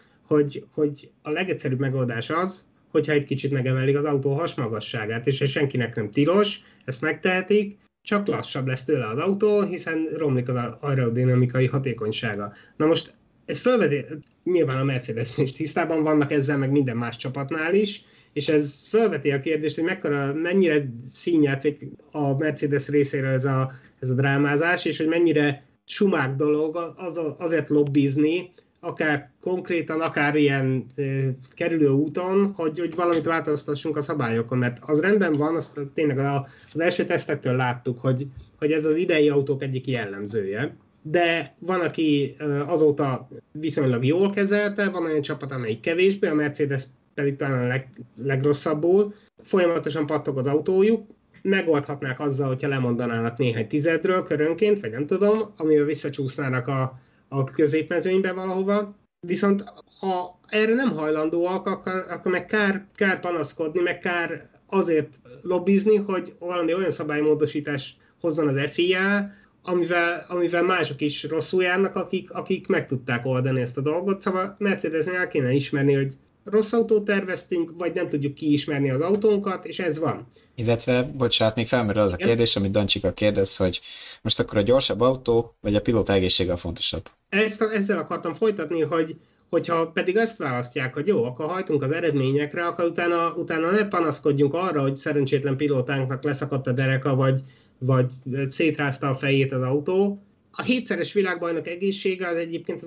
hogy a legegyszerűbb megoldás az, hogyha egy kicsit megemelik az autó hasmagasságát, és ez senkinek nem tilos, ezt megtehetik, csak lassabb lesz tőle az autó, hiszen romlik az aerodinamikai hatékonysága. Na most ez fölveti, nyilván a Mercedesnél is tisztában vannak ezzel, meg minden más csapatnál is, és ez fölveti a kérdést, hogy mennyire színjátszik a Mercedes részéről ez a drámázás, és hogy mennyire sumák dolog azért lobbizni, akár konkrétan, akár ilyen kerülő úton, hogy valamit változtassunk a szabályokon, mert az rendben van, azt tényleg az első tesztektől láttuk, hogy ez az idei autók egyik jellemzője, de van, aki azóta viszonylag jól kezelte, van olyan csapat, amelyik kevésbé, a Mercedes pedig talán a legrosszabbul, folyamatosan pattog az autójuk, megoldhatnák azzal, hogyha lemondanának néhány tizedről körönként, vagy nem tudom, amivel visszacsúsznának a középmezőnybe valahova. Viszont ha erre nem hajlandóak, akkor meg kár panaszkodni, meg kár azért lobbizni, hogy valami olyan szabálymódosítás hozzon az FIA, amivel mások is rosszul járnak, akik meg tudták oldani ezt a dolgot. Szóval Mercedesnél el kéne ismerni, hogy rossz autót terveztünk, vagy nem tudjuk kiismerni az autónkat, és ez van. Illetve, bocsánat, még felmerül az a kérdés, amit Dancsika kérdez, hogy most akkor a gyorsabb autó, vagy a pilóta egészsége a fontosabb? Ezzel akartam folytatni, hogyha pedig azt választják, hogy jó, akkor hajtunk az eredményekre, akkor utána ne panaszkodjunk arra, hogy szerencsétlen pilótánknak leszakadt a dereka, vagy szétrázta a fejét az autó. A 7-szeres világbajnok egészsége az egyébként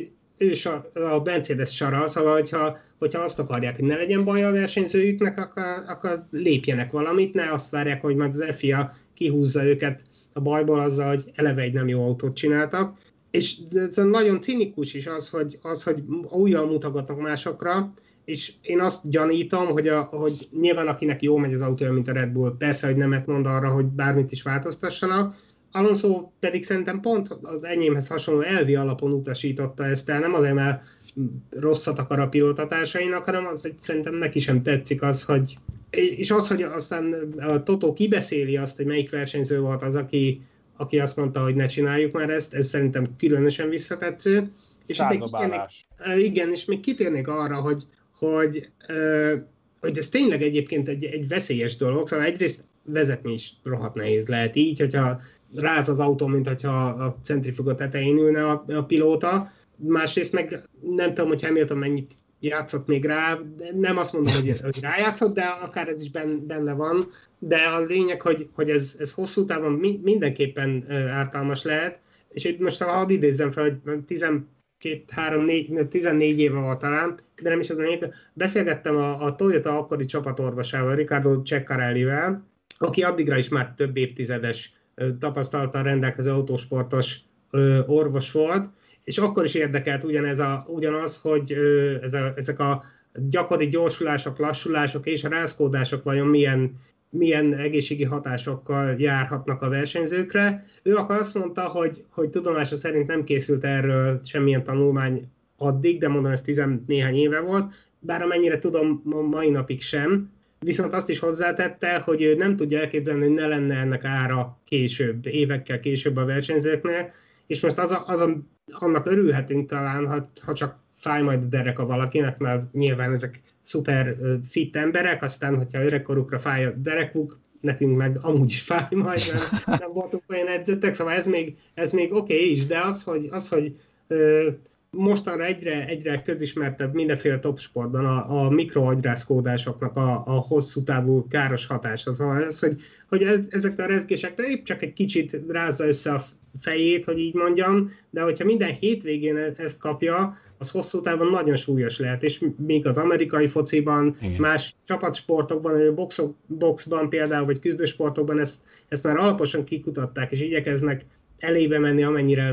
a Mercedes sara, szóval hogyha azt akarják, hogy ne legyen baj a versenyzőjüknek, akkor lépjenek valamit, ne azt várják, hogy majd az FIA kihúzza őket a bajból azzal, hogy eleve egy nem jó autót csináltak. És nagyon cinikus is az, hogy újjal mutogatnak másokra, és én azt gyanítom, hogy nyilván akinek jó megy az autó, mint a Red Bull, persze, hogy nemet mond arra, hogy bármit is változtassanak. Alonso pedig szerintem pont az enyémhez hasonló elvi alapon utasította ezt el, nem azért, mert rosszat akar a pilótatársainak, hanem az, hogy szerintem neki sem tetszik az, hogy aztán a Toto kibeszéli azt, hogy melyik versenyző volt az, aki azt mondta, hogy ne csináljuk már ezt, ez szerintem különösen visszatetsző. És igen, és még kitérnék arra, hogy ez tényleg egyébként egy veszélyes dolog, szóval egyrészt vezetni is rohadt nehéz lehet így, hogyha ráz az autó, mint hogyha a centrifuga tetején ülne a pilóta. Másrészt meg nem tudom, hogy Hamilton mennyit játszott még rá, nem azt mondom, hogy rájátszott, de akár ez is benne van. De a lényeg, hogy ez hosszú távon mindenképpen ártalmas lehet, és itt most hadd idézzem fel, hogy 14 éve volt talán, de nem is az lényeg. Beszélgettem a Toyota akkori csapatorvosával, Riccardo Ceccarellivel, aki addigra is már több évtizedes tapasztalattal rendelkező autósportos orvos volt, és akkor is érdekelt ugyanaz, hogy ezek a gyakori gyorsulások, lassulások és a rázkódások vajon milyen egészségi hatásokkal járhatnak a versenyzőkre. Ő akkor azt mondta, hogy tudomása szerint nem készült erről semmilyen tanulmány addig, de mondom, ez 10 néhány éve volt, bár amennyire tudom, mai napig sem. Viszont azt is hozzátette, hogy ő nem tudja elképzelni, hogy ne lenne ennek ára később, évekkel később a versenyzőknél, és most annak örülhetünk talán, ha csak fáj majd a dereka valakinek, mert nyilván ezek szuper fit emberek, aztán, hogyha öregkorukra fáj a derekuk, nekünk meg amúgy is fáj majd, mert nem voltunk olyan edzőtek, szóval ez még oké is, de az, hogy mostanra egyre közismertebb mindenféle top sportban a mikroagyrázkódásoknak a hosszú távú káros hatása. Szóval ez, hogy ezek a rezgések épp csak egy kicsit rázza össze a fejét, hogy így mondjam, de hogyha minden hétvégén ezt kapja, az hosszú távon nagyon súlyos lehet, és még az amerikai fociban, igen, más csapatsportokban, boxban például, vagy küzdősportokban ezt már alaposan kikutatták, és igyekeznek elébe menni, amennyire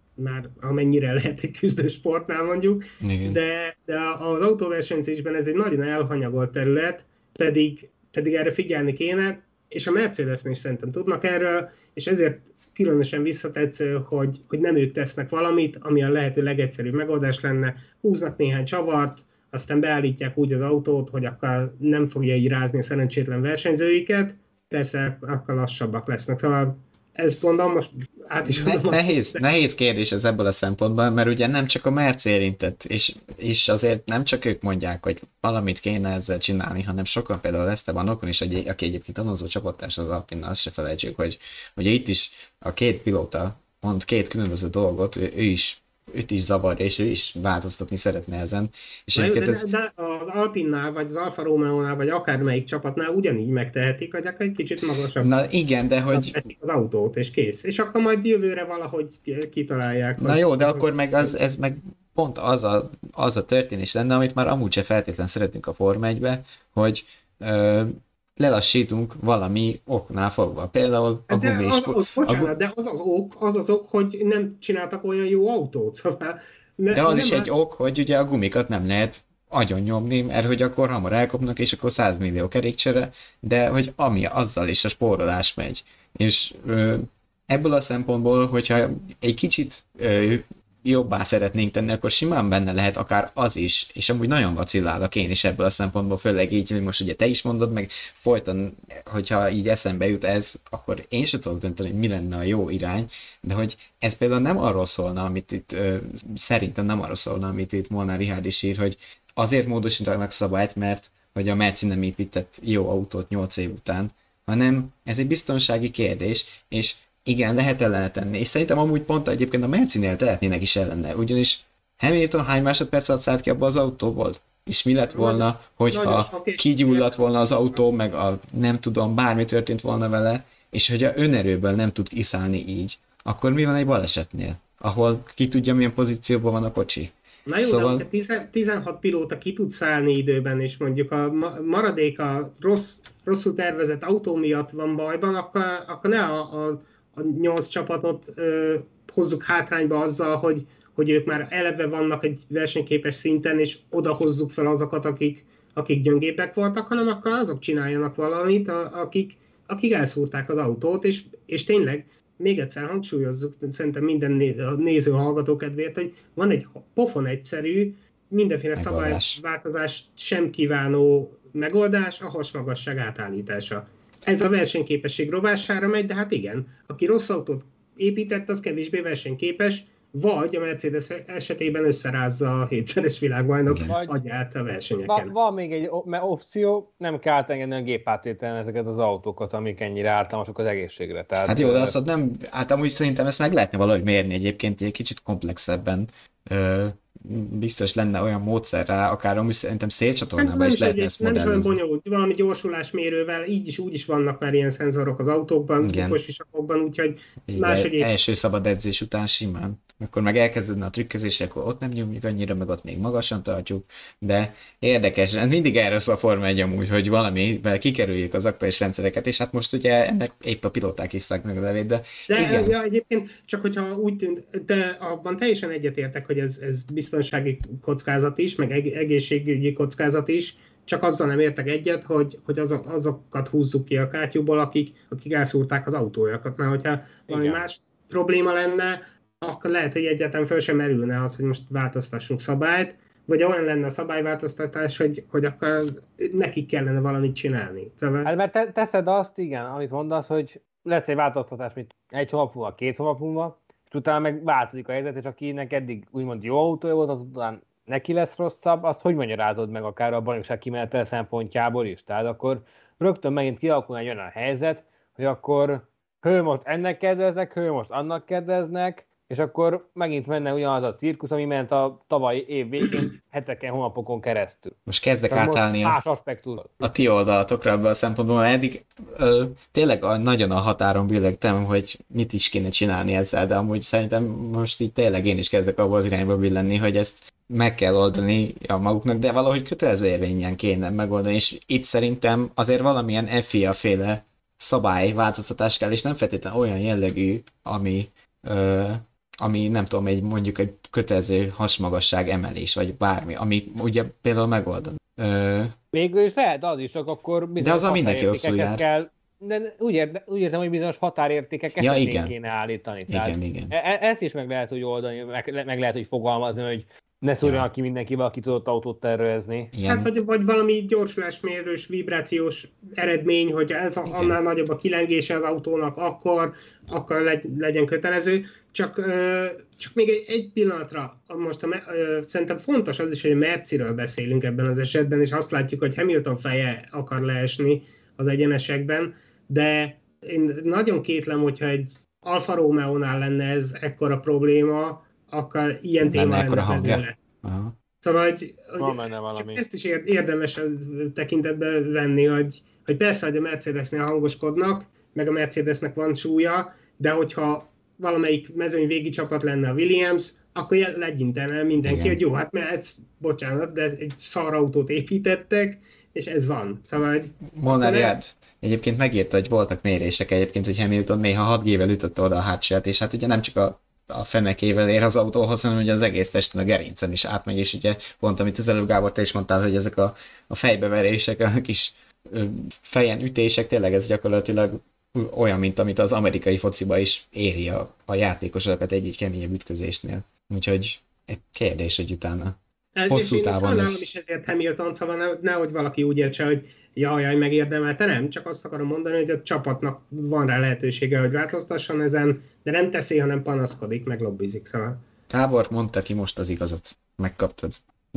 lehet egy küzdősportnál mondjuk, de az autóversenyzésben ez egy nagyon elhanyagolt terület, pedig erre figyelni kéne, és a Mercedesnél is szerintem tudnak erről, és ezért különösen visszatetsző, hogy nem ők tesznek valamit, ami a lehető legegyszerűbb megoldás lenne, húznak néhány csavart, aztán beállítják úgy az autót, hogy akkor nem fogja így rázni a szerencsétlen versenyzőiket, persze akkor lassabbak lesznek. Szóval ezt mondom, most át is mondom. Nehéz kérdés ez ebből a szempontból, mert ugye nem csak a Merci érintett, és azért nem csak ők mondják, hogy valamit kéne ezzel csinálni, hanem sokan, például Esteban Ocon is, aki egyébként tanulzó csapattárs az Alpinnal, azt se felejtsük, hogy itt is a két pilóta mond két különböző dolgot, őt is zavarja, és ő is változtatni szeretne ezen. És de az Alpinnál, vagy az Alfa Romeo-nál, vagy akármelyik csapatnál ugyanígy megtehetik, hogy akkor egy kicsit magasabb. Na igen, de hogy... Veszik az autót, és kész. És akkor majd jövőre valahogy kitalálják. Na jó, de akkor meg ez meg pont az a történés lenne, amit már amúgy se feltétlenül szeretünk a Forma 1-be, hogy lelassítunk valami oknál fogva. Például a Bocsánat, de az az ok, hogy nem csináltak olyan jó autót. Szóval de az is egy ok, hogy ugye a gumikat nem lehet agyon nyomni, mert hogy akkor hamar elkopnak, és akkor 100 millió kerékcsere, de hogy ami azzal is a spórolás megy. És ebből a szempontból, hogyha egy kicsit jobbá szeretnénk tenni, akkor simán benne lehet akár az is, és amúgy nagyon vacillálok én is ebből a szempontból, főleg így, hogy most ugye te is mondod, meg folyton, hogyha így eszembe jut ez, akkor én sem tudok dönteni, hogy mi lenne a jó irány, de hogy ez például nem arról szólna, amit itt, szerintem nem arról szólna, amit itt Molnár Richárd is ír, hogy azért módosítanak szabályt, mert hogy a Merci nem épített jó autót 8 év után, hanem ez egy biztonsági kérdés, és igen, lehet ellene tenni, és szerintem amúgy pont egyébként a Merci-nél tehetnének is ellene, ugyanis Hamilton hány másodperc alatt szállt ki abba az autóból? És mi lett volna, hogyha kigyulladt volna az autó, meg nem tudom, bármi történt volna vele, és hogyha önerőből nem tud kiszállni így, akkor mi van egy balesetnél, ahol ki tudja, milyen pozícióban van a kocsi? Na jó, szóval... de hogyha 16 pilóta ki tud szállni időben, és mondjuk a maradék a rosszul tervezett autó miatt van bajban, akkor ne a 8 csapatot hozzuk hátrányba azzal, hogy ők már eleve vannak egy versenyképes szinten, és oda hozzuk fel azokat, akik gyöngébbek voltak, hanem akkor azok csináljanak valamit, akik elszúrták az autót, és tényleg, még egyszer hangsúlyozzuk, szerintem minden néző hallgató kedvéért, hogy van egy pofon egyszerű, mindenféle szabályváltozás sem kívánó megoldás, a hasmagasság átállítása. Ez a versenyképesség rovására megy, de hát igen, aki rossz autót épített, az kevésbé versenyképes, vagy a Mercedes esetében összerázza a 7-szeres világbajnok agyát a versenyeken. Van még egy opció, nem kell átengedni a gépátvételen ezeket az autókat, amik ennyire ártalmasok az egészségre. Tehát, hát jó, de azt nem, hát amúgy szerintem ezt meg lehetne valahogy mérni egyébként, egy kicsit komplexebben. Biztos lenne olyan módszer rá, akár amúgy szerintem szélcsatornában is lehetne ezt modellezni. Nem is olyan bonyolult, valami gyorsulásmérővel, így is úgy is vannak már ilyen szenzorok az autókban, bukós isakokban, úgyhogy máshogy... Első szabad edzés után simán. akkor meg elkezdődne a trükközés, akkor ott nem nyomjuk annyira, meg ott még magasan tartjuk, de érdekes, mindig erről szól a Forma 1 amúgy, hogy valamivel kikerüljük az aktuális rendszereket, és hát most ugye ennek épp a pilóták isszák meg a levét, de igen. Ja, egyébként csak hogyha úgy tűnt, de abban teljesen egyetértek, hogy ez biztonsági kockázat is, meg egészségügyi kockázat is, csak azzal nem értek egyet, hogy azokat húzzuk ki a kátyúból, akik elszúrták az autójakat, mert hogyha valami más probléma lenne, akkor lehet, hogy egyáltalán föl sem merülne az, hogy most változtassunk szabályt, vagy olyan lenne a szabályváltoztatás, hogy akkor nekik kellene valamit csinálni. Szóval... Hát mert teszed azt, igen, amit mondasz, hogy lesz egy változtatás, mint 1 hónap múlva, 2 hónap múlva, és utána meg változik a helyzet, és akinek eddig úgymond jó autója volt, az után neki lesz rosszabb, azt hogy magyarázod meg akár a bajnokság kimenetel szempontjából is? Tehát akkor rögtön megint kialakul egy olyan helyzet, hogy akkor most ennek kedveznek, most annak kedveznek, és akkor megint menne ugyanaz a cirkusz, ami ment a tavalyi év végén, heteken, hónapokon keresztül. Most kezdek Tehát átállni a ti oldalatokra ebből a szempontból, mert eddig tényleg nagyon a határon billegtem, hogy mit is kéne csinálni ezzel, de amúgy szerintem most így tényleg én is kezdek abba az irányba billenni, hogy ezt meg kell oldani a maguknak, de valahogy kötelező érvényen kéne megoldani, és itt szerintem azért valamilyen FIA-féle szabályváltoztatás kell, és nem feltétlenül olyan jellegű, ami nem tudom, mondjuk egy kötelező hasmagasság emelés, vagy bármi, ami ugye például megoldani. Végül is lehet az is, csak akkor de az a mindenki rosszul jár. Kell, de úgy értem, hogy bizonyos határértékek esetén kéne állítani. Igen. Ezt is meg lehet úgy oldani, meg lehet úgy fogalmazni, hogy ne szúrjanak ki mindenkivel, aki tudott autót tervezni. Hát vagy valami gyorsulásmérős, vibrációs eredmény, hogy ez annál nagyobb a kilengése az autónak, akkor legyen kötelező. Csak még egy pillanatra, most szerintem fontos az is, hogy a Merciről beszélünk ebben az esetben, és azt látjuk, hogy Hamilton feje akar leesni az egyenesekben, de én nagyon kétlem, hogyha egy Alfa Romeo-nál lenne ez ekkora probléma, akkor ilyen téma lenne belőle. Szóval, hogy csak ezt is érdemes tekintetbe venni, hogy persze, hogy a Mercedesnél hangoskodnak, meg a Mercedesnek van súlya, de hogyha valamelyik mezőny végi csapat lenne a Williams, akkor legyintene mindenki, hogy jó, hát mert bocsánat, de egy szarautót építettek, és ez van. Szóval, Monariad egyébként megírta, hogy voltak mérések egyébként, hogy Hamilton néha 6G-vel ütötte oda a hátsóját, és hát ugye nem csak a fenekével ér az autóhoz, hanem ugye az egész testen, a gerincen is átmegy, és ugye pont, amit az előbb Gábor, te is mondtál, hogy ezek a fejbeverések, a kis fejen ütések, tényleg ez gyakorlatilag olyan, mint amit az amerikai fociba is éri a játékosokat egy keményebb ütközésnél. Úgyhogy egy kérdés, hogy utána hosszú távon lesz. Is ezért Hamilton, szóval nehogy valaki úgy értse, hogy jaj, megérdemelte, nem, csak azt akarom mondani, hogy a csapatnak van rá lehetősége, hogy változtasson ezen, de nem teszi, hanem panaszkodik, meg lobbizik, szóval. Gábor mondta ki most az igazat. Megkaptad.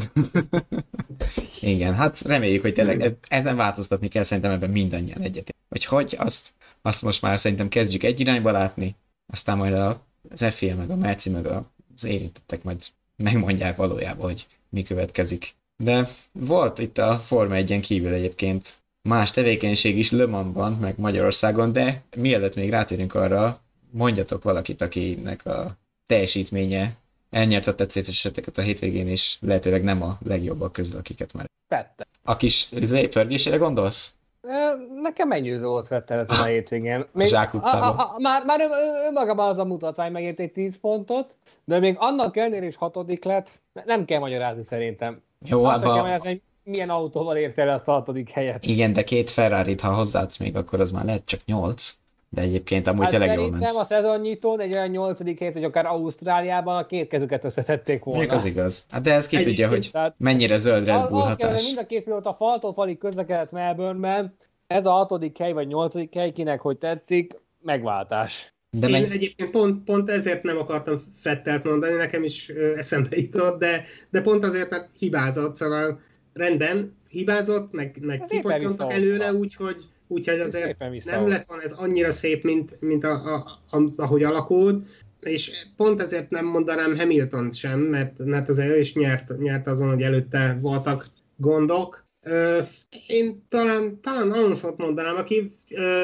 Igen, hát reméljük, hogy tényleg ezen változtatni kell, szerintem ebben mindannyian egyetért. Hogy azt most már szerintem kezdjük egy irányba látni, aztán majd az FIA, meg a Merci, meg az érintettek majd megmondják valójában, hogy mi következik. De volt itt a Forma 1-en kívül egyébként más tevékenység is Le Mansban, meg Magyarországon, de mielőtt még rátérünk arra, mondjatok valakit, akinek a teljesítménye elnyert a tetszéseseteket a hétvégén, és lehetőleg nem a legjobbak közül, akiket már. Vettel. A kis pörgésére gondolsz? Nekem meggyőző volt Vettel ezen a hétvégén. Zsákutcában. Már önmagában az a mutatvány megért egy 10 pontot, de még annak ellenére is 6. lett, nem kell magyarázni szerintem. Jó, azt kell magyarázni, hogy milyen autóval ért el ezt a 6. helyet. Igen, de 2 Ferrarit, ha hozzáadsz még, akkor az már lehet csak 8. De egyébként amúgy tényleg jól ment. Szerintem a szezonnyitón egy olyan 8. hét, vagy akár Ausztráliában a két kezüket összeszedték volna. Még az igaz. Hát de ez ki tudja, hogy mennyire zöld Red Bull hatás. Mind a két pilóta faltól falig közlekedett Melbourneben. Ez a 6. hely, vagy 8. hely, kinek hogy tetszik, megváltás. De én egyébként pont ezért nem akartam Vettelt mondani, nekem is eszembe jutott, de pont azért, mert hibázott, szóval rendben hibázott, meg kipotyontak előle, úgyhogy azért nem lett volna ez annyira szép, mint ahogy alakult, és pont ezért nem mondanám Hamilton sem, mert azért ő is nyert azon, hogy előtte voltak gondok. Én talán Alonsot mondanám, aki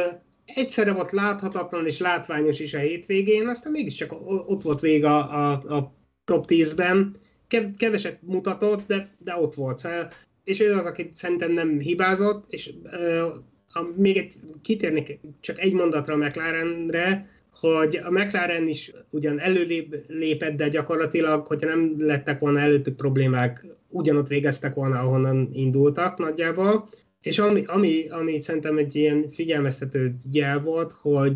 egyszerre volt láthatatlan és látványos is a hétvégén, aztán mégiscsak ott volt vége a top 10-ben. Keveset mutatott, de ott volt. Szóval, és ő az, aki szerintem nem hibázott, és még kitérnék csak egy mondatra a McLarenre, hogy a McLaren is ugyan előlépett, de gyakorlatilag, hogyha nem lettek volna előttük problémák, ugyanott végeztek volna, ahonnan indultak nagyjából. És ami szerintem egy ilyen figyelmeztető jel volt,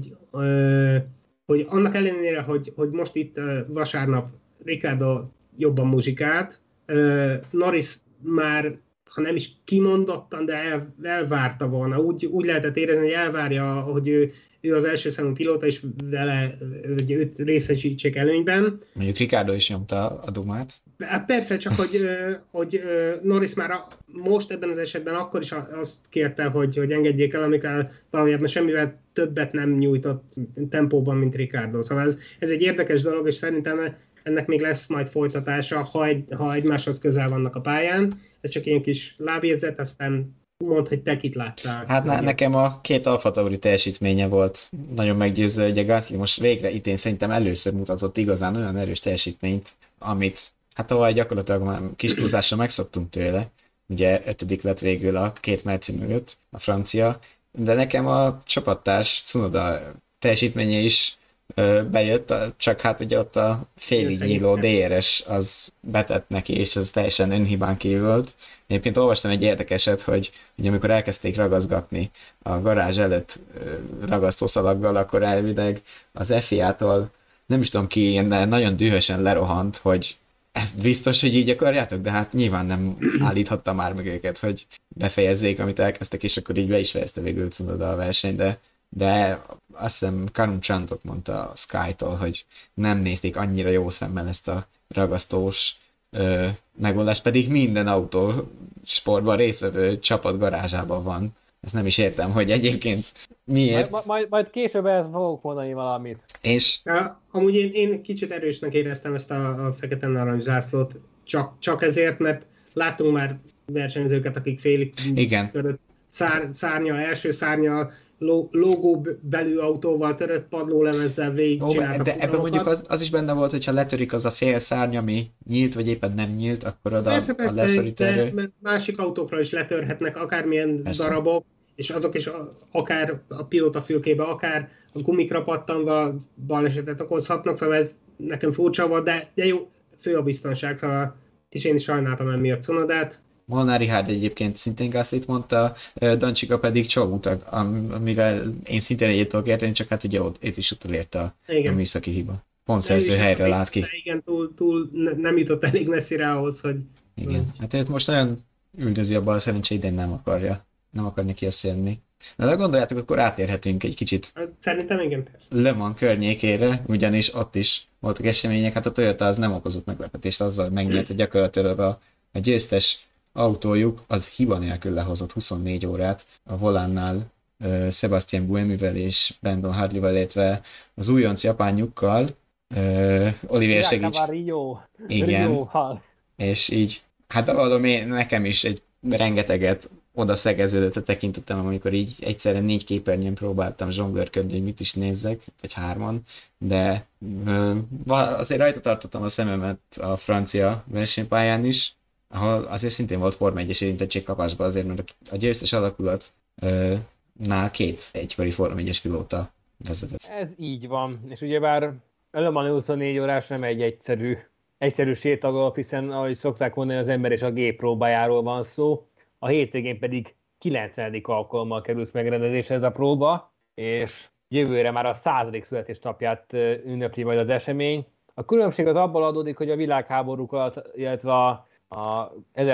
hogy annak ellenére, hogy most itt vasárnap Ricciardo jobban muzsikált, Norris már, ha nem is kimondottan, de elvárta volna. Úgy lehetett érezni, hogy elvárja, hogy ő az első számú pilóta, és vele, hogy őt részesítsék előnyben. Mondjuk Ricciardo is nyomta a dumát. Hát persze, csak hogy Norris már most ebben az esetben akkor is azt kérte, hogy engedjék el, amikor valójában semmivel többet nem nyújtott tempóban, mint Ricciardo. Szóval ez egy érdekes dolog, és szerintem ennek még lesz majd folytatása, ha egymáshoz közel vannak a pályán. Ez csak ilyen kis lábjegyzet, aztán mondd, hogy te kit láttál. Hát nekem a két Alfa Tauri teljesítménye volt nagyon meggyőző, hogy a Gasly most végre idén szerintem először mutatott igazán olyan erős teljesítményt, amit hát tavaly gyakorlatilag már kis túlzással megszoktunk tőle. Ugye 5. lett végül a két Merci mögött, a francia, de nekem a csapattárs Tsunoda teljesítménye is bejött, csak hát ugye ott a félig nyíló DRS az betett neki, és az teljesen önhibán kívült. Egyébként olvastam egy érdekeset, hogy amikor elkezdték ragaszgatni a garázs előtt ragasztószalaggal, akkor elvileg az FIA-tól nem is tudom ki, de nagyon dühösen lerohant, hogy ezt biztos, hogy így akarjátok, de hát nyilván nem állíthatta már meg őket, hogy befejezzék, amit elkezdtek, és akkor így be is fejezte végül Tsunoda a verseny, de azt hiszem Karun Chandok mondta a Sky-tól, hogy nem nézték annyira jó szemmel ezt a ragasztós megoldást, pedig minden autósportban résztvevő csapat garázsában van. Ezt nem is értem, hogy egyébként miért. Majd később ezt fogok mondani valamit. És? Amúgy én kicsit erősnek éreztem ezt a fekete narancs zászlót, csak ezért, mert láttunk már versenyzőket, akik félig törött első szárnya, logó belül autóval, törött padlólemezzel végigcsináltak de ebben mondjuk az is benne volt, hogyha letörik az a fél szárny, ami nyílt, vagy éppen nem nyílt, akkor oda persze, a leszorító erő. Másik autókra is letörhetnek akármilyen darabok, és azok is akár a pilótafülkébe, akár a gumikra pattanva balesetet okozhatnak, szóval ez nekem furcsa volt, de jó, fő a biztonság, szóval és én is sajnáltam emiatt Cunodát. Molnár Richárd egyébként szintén Gaslyt mondta, Dancsika pedig Csalútag, amivel én szintén egyet tudok érteni, csak hát ugye őt is utolért a műszaki hiba. Pontszerző helyről lát ki. Igen, túl nem jutott elég messzire ahhoz, hogy... Igen, hát őt most nagyon üldözi a bal szerencsé, idén nem akar neki összejönni. Na de gondoljátok, akkor átérhetünk egy kicsit. Szerintem igen, persze. Le Mans környékére, ugyanis ott is voltak események, hát a Toyota az nem okozott meglepetést, azzal megnyerte gyakorlatilag a győztes autójuk, az hiba nélkül lehozott 24 órát a volánnál Sebastian Buemivel és Brandon Hartley-val, illetve az újonc japánjukkal, Olivier Segíts. Igen. És így, hát bevallom, nekem is egy rengeteget oda szegeződött a tekintetem, amikor így egyszerre 4 képernyőn próbáltam zsonglőrködni, hogy mit is nézzek, vagy 3, de azért rajta tartottam a szememet a francia versenypályán is, ahol azért szintén volt Forma 1-es érintettségkapásban azért, mert a győztes alakulatnál 2 egykori Forma 1-es pilóta vezetett. Ez így van, és ugyebár Le Mans 24 órás nem egy egyszerű sétagolf, hiszen ahogy szokták mondani, az ember és a gép próbájáról van szó. A hétvégén pedig 90. alkalommal került megrendezésre ez a próba, és jövőre már a 100. születésnapját ünnepli majd az esemény. A különbség az abból adódik, hogy a világháborúk alatt, illetve a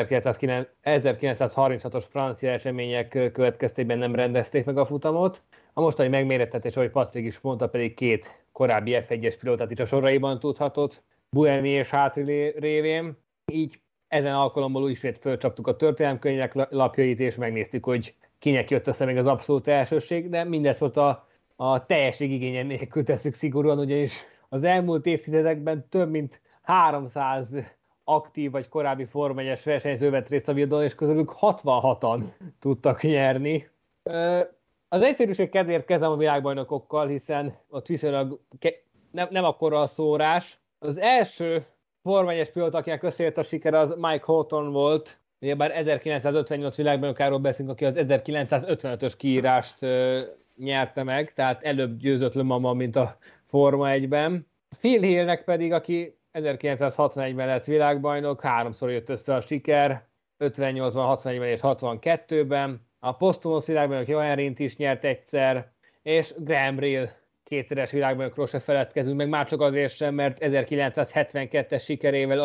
1936-os francia események következtében nem rendezték meg a futamot. A mostani megmérettetés, ahogy Patrik is mondta, pedig 2 korábbi F1-es pilótát is a soraiban tudhatott, Buemi és Hartley révén. Így ezen alkalommal ismét fölcsaptuk a történelemkönyvek lapjait, és megnéztük, hogy kinek jött össze még az abszolút elsőség, de mindezt most a teljesség igényen nélkül tesszük szigorúan, ugyanis az elmúlt évtizedekben több mint 300 aktív vagy korábbi Forma 1-es versenyző vett részt a viadalon, és közülük 66-an tudtak nyerni. Az egyszerűség kedvéért kezdem a világbajnokokkal, hiszen ott viszonylag nem akkora a szórás. Az első Forma 1-es pilóta, akinek összejött a siker, az Mike Hawthorne volt. Ugyebár 1958 világbajnokáról beszélünk, aki az 1955-ös kiírást nyerte meg, tehát előbb győzött Le Mans-ban, mint a Forma 1-ben. Phil Hillnek pedig, aki 1961-ben lett világbajnok, háromszor jött össze a siker, 58-ban, 61-ben és 62-ben. A posztumusz világbajnok Johan Rindt is nyert egyszer, és Graham Rahal kétszeres világbajnokról se feledkezünk meg, már csak azért sem, mert 1972-es sikerével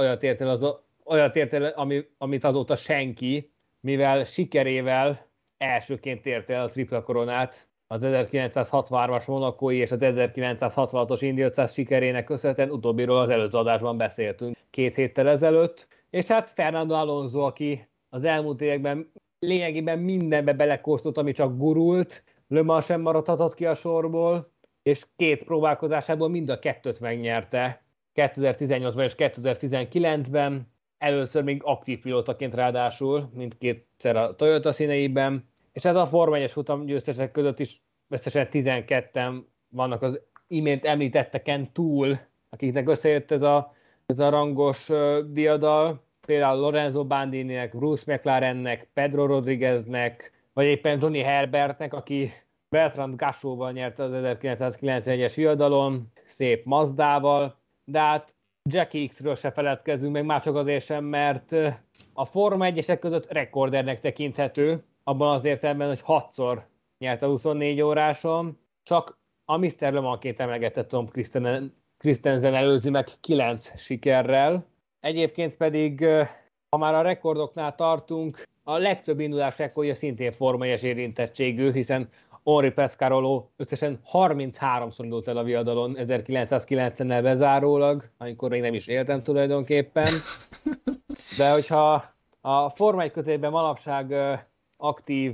olyat ért el, amit azóta senki, mivel sikerével elsőként ért el a tripla koronát, az 1963-as monakói és az 1966-os Indy 500 sikerének köszönhetően, utóbbiról az előző adásban beszéltünk 2 héttel ezelőtt, és hát Fernando Alonso, aki az elmúlt években lényegében mindenbe belekóstolt, ami csak gurult, Le Mans sem maradhatott ki a sorból, és 2 próbálkozásából mind a 2-t megnyerte, 2018-ban és 2019-ben, először még aktív pilótaként ráadásul, mindkétszer a Toyota színeiben, és ez a Forma 1-es futam győztesek között is összesen 12-en vannak az imént említetteken túl, akiknek összejött ez a rangos diadal, például Lorenzo Bandininek, Bruce McLarennek, Pedro Rodrigueznek, vagy éppen Johnny Herbertnek, aki Bertrand Gachot-val nyerte az 1991-es viadalon, szép Mazdával, de hát Jackie X-ről se feledkezzünk meg, már csak azért sem, mert a Forma 1-esek között rekordernek tekinthető, abban az értelemben, hogy 6-szor nyert a 24 óráson, csak a Mr. Le Mans-ként emlegetett Tom Christensen előzi meg 9 sikerrel. Egyébként pedig, ha már a rekordoknál tartunk, a legtöbb indulás rekordja szintén Forma 1-es érintettségű, hiszen Henri Pescarolo összesen 33-szor indult el a viadalon 1990-nel bezárólag, amikor még nem is éltem tulajdonképpen. De hogyha a Forma 1 közében manapság aktív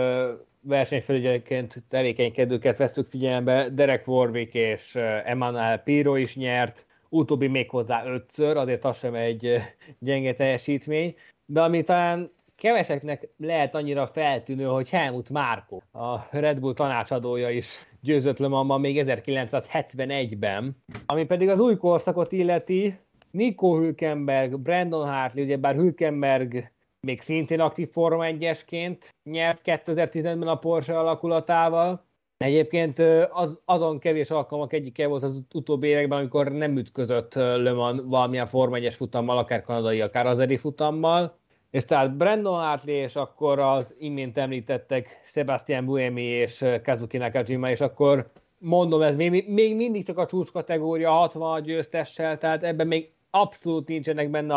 versenyfelügyelőként tevékenykedőket veszük figyelembe, Derek Warwick és Emmanuel Pirro is nyert, utóbbi méghozzá 5-ször, azért az sem egy gyenge teljesítmény, de ami talán keveseknek lehet annyira feltűnő, hogy Helmut Marko, a Red Bull tanácsadója is győzött Le Mans-ban még 1971-ben, ami pedig az új korszakot illeti, Nico Hülkenberg, Brandon Hartley, ugyebár Hülkenberg még szintén aktív Forma 1-esként nyert 2015-ben a Porsche alakulatával. Egyébként azon kevés alkalmak egyike volt az utóbbi években, amikor nem ütközött Le Mans valamilyen Forma 1-es futammal, akár kanadai, akár azeri futammal. És tehát Brandon Hartley, és akkor az imént említettek Sebastian Buemi és Kazuki Nakajima, és akkor mondom, ez még mindig csak a csúcs kategória 60 győztessel, tehát ebben még abszolút nincsenek benne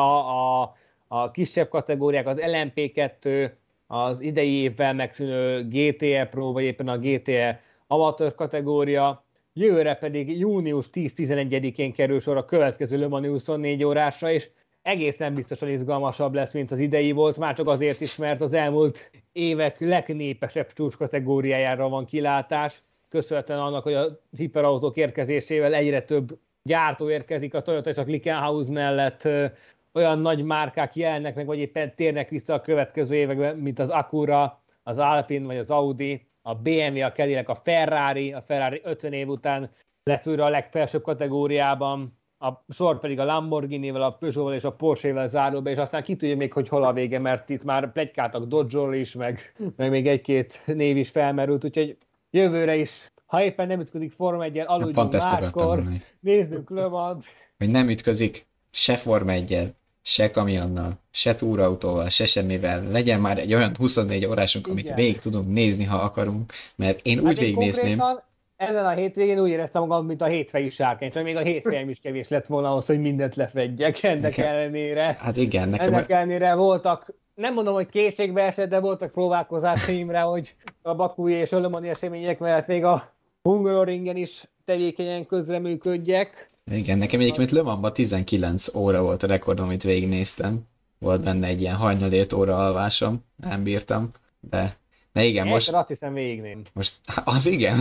a kisebb kategóriák, az LMP2, az idei évvel megszűnő GTE Pro, vagy éppen a GTE amatőr kategória. Jövőre pedig június 10-11-én kerül sor a következő Le Mans 24 órásra, és egészen biztosan izgalmasabb lesz, mint az idei volt, már csak azért is, mert az elmúlt évek legnépesebb csúcskategóriájára van kilátás, köszönhetően annak, hogy a hiperautók érkezésével egyre több gyártó érkezik a Toyota és a Glickenhaus mellett, olyan nagy márkák jelennek meg, vagy éppen térnek vissza a következő években, mint az Acura, az Alpine vagy az Audi, a BMW, a Cadillac, a Ferrari 50 év után lesz újra a legfelsőbb kategóriában, a sor pedig a Lamborghinivel, a Peugeotval és a Porsche-vel zárul be, és aztán ki tudja még, hogy hol a vége, mert itt már pletykáltak Dodge-ról is, meg még egy-két név is felmerült, úgyhogy jövőre is, ha éppen nem ütközik Forma 1-jel, aludjunk máskor, nézzünk Le Mans. Hogy nem ütközik se Forma 1-jel, se kamionnal, se túrautóval, se semmivel. Legyen már egy olyan 24 órásunk, igen, amit végig tudunk nézni, ha akarunk, mert én úgy végignézném. Ezen a hétvégén úgy éreztem magam, mint a hétfejű sárkány, csak még a hétfejem is kevés lett volna ahhoz, hogy mindent lefedjek ennek ellenére. Hát igen, nekem... Ennek ellenére voltak, nem mondom, hogy kétségbe esett, de voltak próbálkozásaimra, hogy a bakúi és Le Mans események mellett még a Hungaroringen is tevékenyen közreműködjek. Igen, nekem egyébként Le Mansban 19 óra volt a rekordom, amit végignéztem. Volt benne egy ilyen hajnalért óra alvásom, nem bírtam, de igen, most... azt hiszem végignéztem. Most, az igen.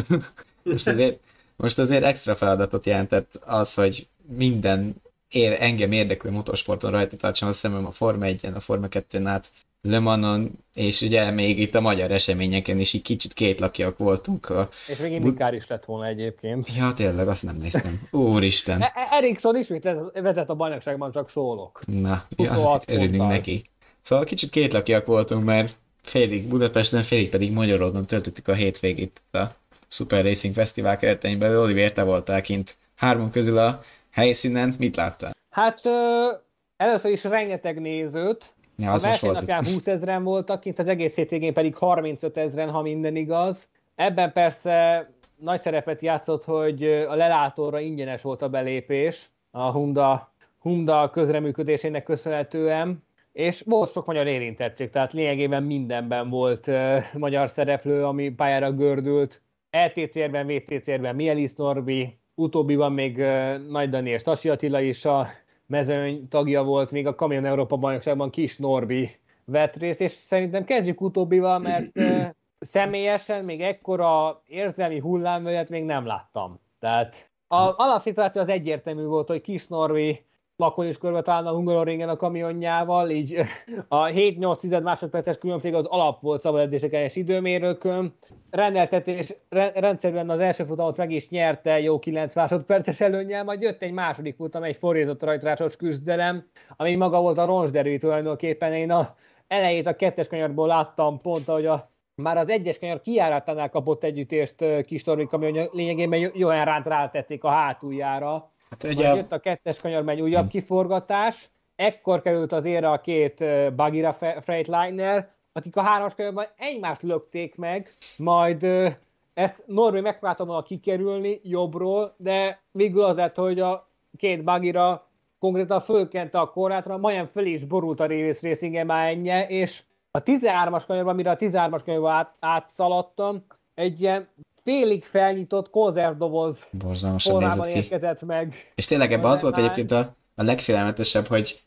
Most azért extra feladatot jelentett az, hogy minden engem érdeklő motorsporton rajta tartsam a szemem a Forma 1-en, a Forma 2-n át. Le Manon, és ugye még itt a magyar eseményeken is így kicsit kétlakiak voltunk. És még indikár is lett volna egyébként. Ja, tényleg, azt nem néztem. Úristen. Eriksson ismét vezet a bajnokságban, csak szólok. Na, 26 örülünk ponttal. neki. Szóval kicsit kétlakiak voltunk, mert félig Budapesten, félig pedig Magyarországon töltöttük a hétvégét a Super Racing Fesztivál keretein belül. Oliver, te voltál kint 3 közül a helyszínen. Mit láttál? Hát először is rengeteg nézőt. Ja, A az most volt versenynapján 20 000 voltak kint, az egész hétvégén pedig 35 000, ha minden igaz. Ebben persze nagy szerepet játszott, hogy a lelátóra ingyenes volt a belépés a Honda közreműködésének köszönhetően, és volt sok magyar érintettség, tehát lényegében mindenben volt magyar szereplő, ami pályára gördült. LTCR-ben, VTCR-ben Mielis Norbi, utóbbiban még Nagy Dani és Tasi Attila is a mezőny tagja volt, még a Kamion Európa bajnokságban Kis Norbi vett részt, és szerintem kezdjük utóbbival, mert személyesen még ekkora érzelmi hullámvölgyet még nem láttam. Tehát az alapszituáció az egyértelmű volt, hogy Kis Norbi lakon is körbe találna a Hungaroringen a kamionjával, így a 7-8 másodperces különbség az alap volt szabad edzések időmérőkön. Rendeltetés rendszerűen az első futamot meg is nyerte jó 9 másodperces előnnyel, majd jött egy második futam, egy forrított rajtrásos küzdelem, ami maga volt a roncsderű tulajdonképpen. Én a elejét a 2-es kanyarból láttam pont, ahogy már az 1-es kanyar kijáratánál kapott együttést Kis Norbi kamionja, lényegében Johan Ránt rátették a hátuljára. Hát Majd ugye jött a 2-es kanyarban egy újabb kiforgatás, ekkor került az érre a két Bagira Freightliner, akik a 3-as kanyarban egymást lökték meg, majd ezt Norbi megpróbálta volna kikerülni jobbról, de végül az lett, hogy a két Bagira konkrétan fölkente a korlátra, majdnem fel is borult a Révész Racing ennye, és a 13-as kanyarban, mire a 13-as kanyarban átszaladtam, egy ilyen félig felnyitott konzervdoboz borzalmasan formában nézett ki. érkezett meg. És tényleg ebben az volt Már- egyébként a legfélelmetesebb, hogy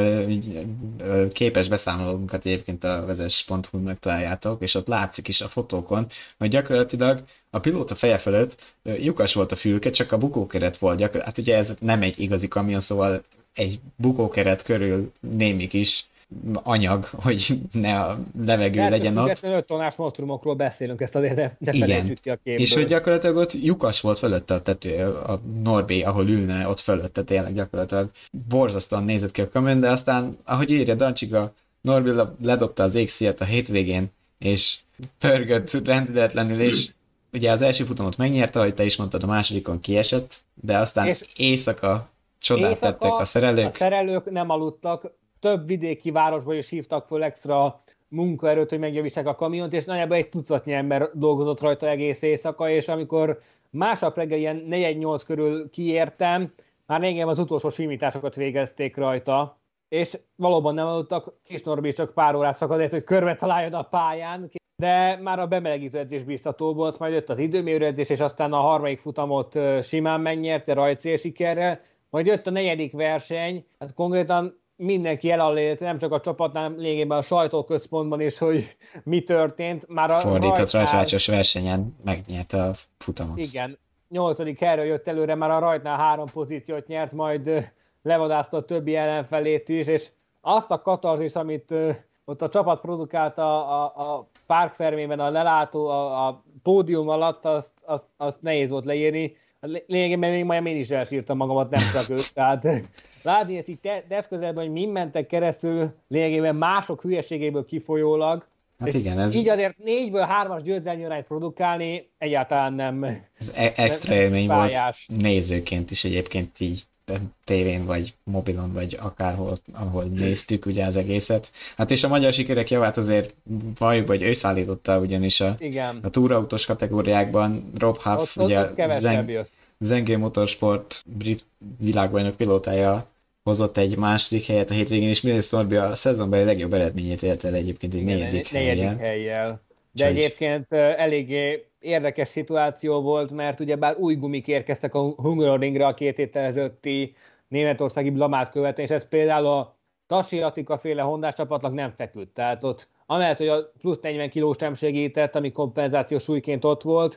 képes beszámolónkat egyébként a vezes.hu-n megtaláljátok, és ott látszik is a fotókon, hogy gyakorlatilag a pilóta feje fölött lyukas volt a fülke, csak a bukókeret volt. Hát ugye ez nem egy igazi kamion, szóval egy bukókeret körül némi kis anyag, hogy ne a levegő legyen ott. 5 tonnás monstrumokról beszélünk, ezt azért ne Igen. felejtsük ki a képből. És hogy gyakorlatilag ott lyukas volt fölötte a tető, a Norbi, ahol ülne, ott fölötte tényleg gyakorlatilag borzasztóan nézett ki a kamion, de aztán, ahogy írja Dancsika, Norbi ledobta az égszíjat a hétvégén, és pörgött rendületlenül, és ugye az első futamot megnyerte, ahogy te is mondtad, a másodikon kiesett, de aztán És éjszaka csodát éjszaka tettek a szerelők. A szerelők nem aludtak, több vidéki városból is hívtak föl extra munkaerőt, hogy megjavítsák a kamiont, és nagyjából egy tucatnyi ember dolgozott rajta egész éjszaka, és amikor másnap reggel ilyen 4-8 körül kiértem, már lényegében az utolsó simításokat végezték rajta, és valóban nem aludtak, Kis Norbi csak pár órát szakadott, hogy körbe találjon a pályán, de már a bemelegítő edzés biztató volt, majd jött az időmérő edzés, és aztán a harmadik futamot simán megnyerte rajtcél sikerrel, majd jött a negyedik verseny, hát konkrétan mindenki elallélt, nem csak a csapatnál, lényegében a sajtóközpontban is, hogy mi történt. Már a Fordított rajtrácsos versenyen megnyerte a futamot. Igen, 8. helyről jött előre, már a rajtnál 3 pozíciót nyert, majd levadászta a többi ellenfelét is, és azt a katarzis, amit ott a csapat produkált a Park Fermében, a lelátó, a pódium alatt, azt nehéz volt leírni. Lényegében még majd én is elsírtam magamat, nem csak ők. Tehát látni ezt így testközelben, hogy mi mentek keresztül, lényegében mások hülyeségéből kifolyólag. Hát igen, ez... Így azért 4-ből 3-as győzelmi arányt produkálni egyáltalán nem. Ez extra élmény volt nézőként is egyébként így tévén, vagy mobilon, vagy akárhol, ahol néztük ugye az egészet. Hát és a magyar sikerek javát azért valljuk, hogy ő szállította ugyanis a túrautós kategóriákban. Rob Huff, ugye Zengé Motorsport brit világbajnok pilótája hozott egy második helyet a hétvégén, és Mielis Norbi a szezonban legjobb eredményét ért el egyébként egy negyedik hellyel. De egyébként eléggé érdekes szituáció volt, mert ugyebár új gumik érkeztek a Hungaroringre a 2 héttel ezelőtti németországi blamát követően, és ez például a Tasi Attika féle Hondás csapatnak nem feküdt. Tehát ott, amellett, hogy a plusz 40 kilós sem segített, ami kompenzációs súlyként ott volt,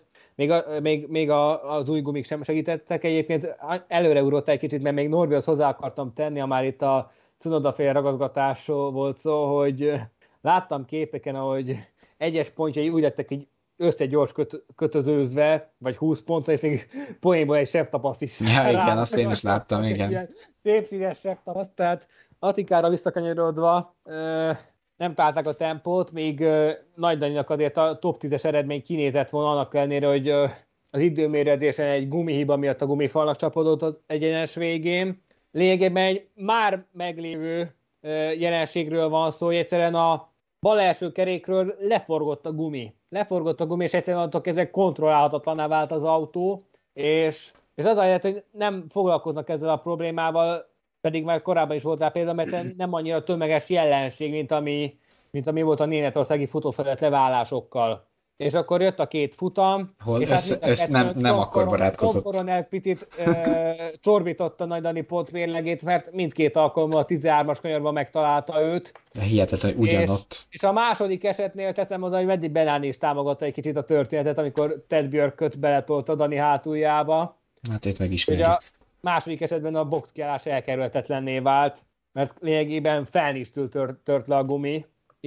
még az új gumik sem segítettek. Egyébként előreugrott egy kicsit, mert még Norbihoz hozzá akartam tenni, ha már itt a Cunoda féle ragaszgatásról volt szó, hogy láttam képeken, ahogy egyes pontjai úgy lettek így összegyors kötözőzve, vagy 20 pontra, és még poénból egy sebtapaszt is. Ja, igen, azt én is láttam, igen. Ilyen szép színes sebtapaszt, tehát Atikára visszakanyarodva nem találták a tempót, még Nagy Daninak azért a top 10-es eredmény kinézett volna, annak ellenére, hogy az időmérőzésen egy gumihiba miatt a gumifalnak csapódott az egyenes végén. Lényegében egy már meglévő jelenségről van szó, hogy egyszerűen a bal első kerékről leforgott a gumi, és egyszerűen attól kezdve kontrollálhatatlaná vált az autó, és az azért, hogy nem foglalkoznak ezzel a problémával, pedig már korábban is volt rá példa, mert nem annyira tömeges jelenség, mint ami volt a németországi futófelület leválásokkal. És akkor jött a két futam. Hol és nem akkor barátkozott. Tom Coronel picit csorbította Nagy Dani pontmérlegét, mert mindkét alkalommal a 13-as kanyarban megtalálta őt. De hihetetlen, hogy ugyanott. És a második esetnél teszem hozzá, hogy Meddi Benani is támogatta egy kicsit a történetet, amikor Ted Björköt beletolta Dani hátuljába. Hát itt megismerjük. A második esetben a boxkiállás elkerülhetetlenné vált, mert lényegében felnisztül tört le a gumi.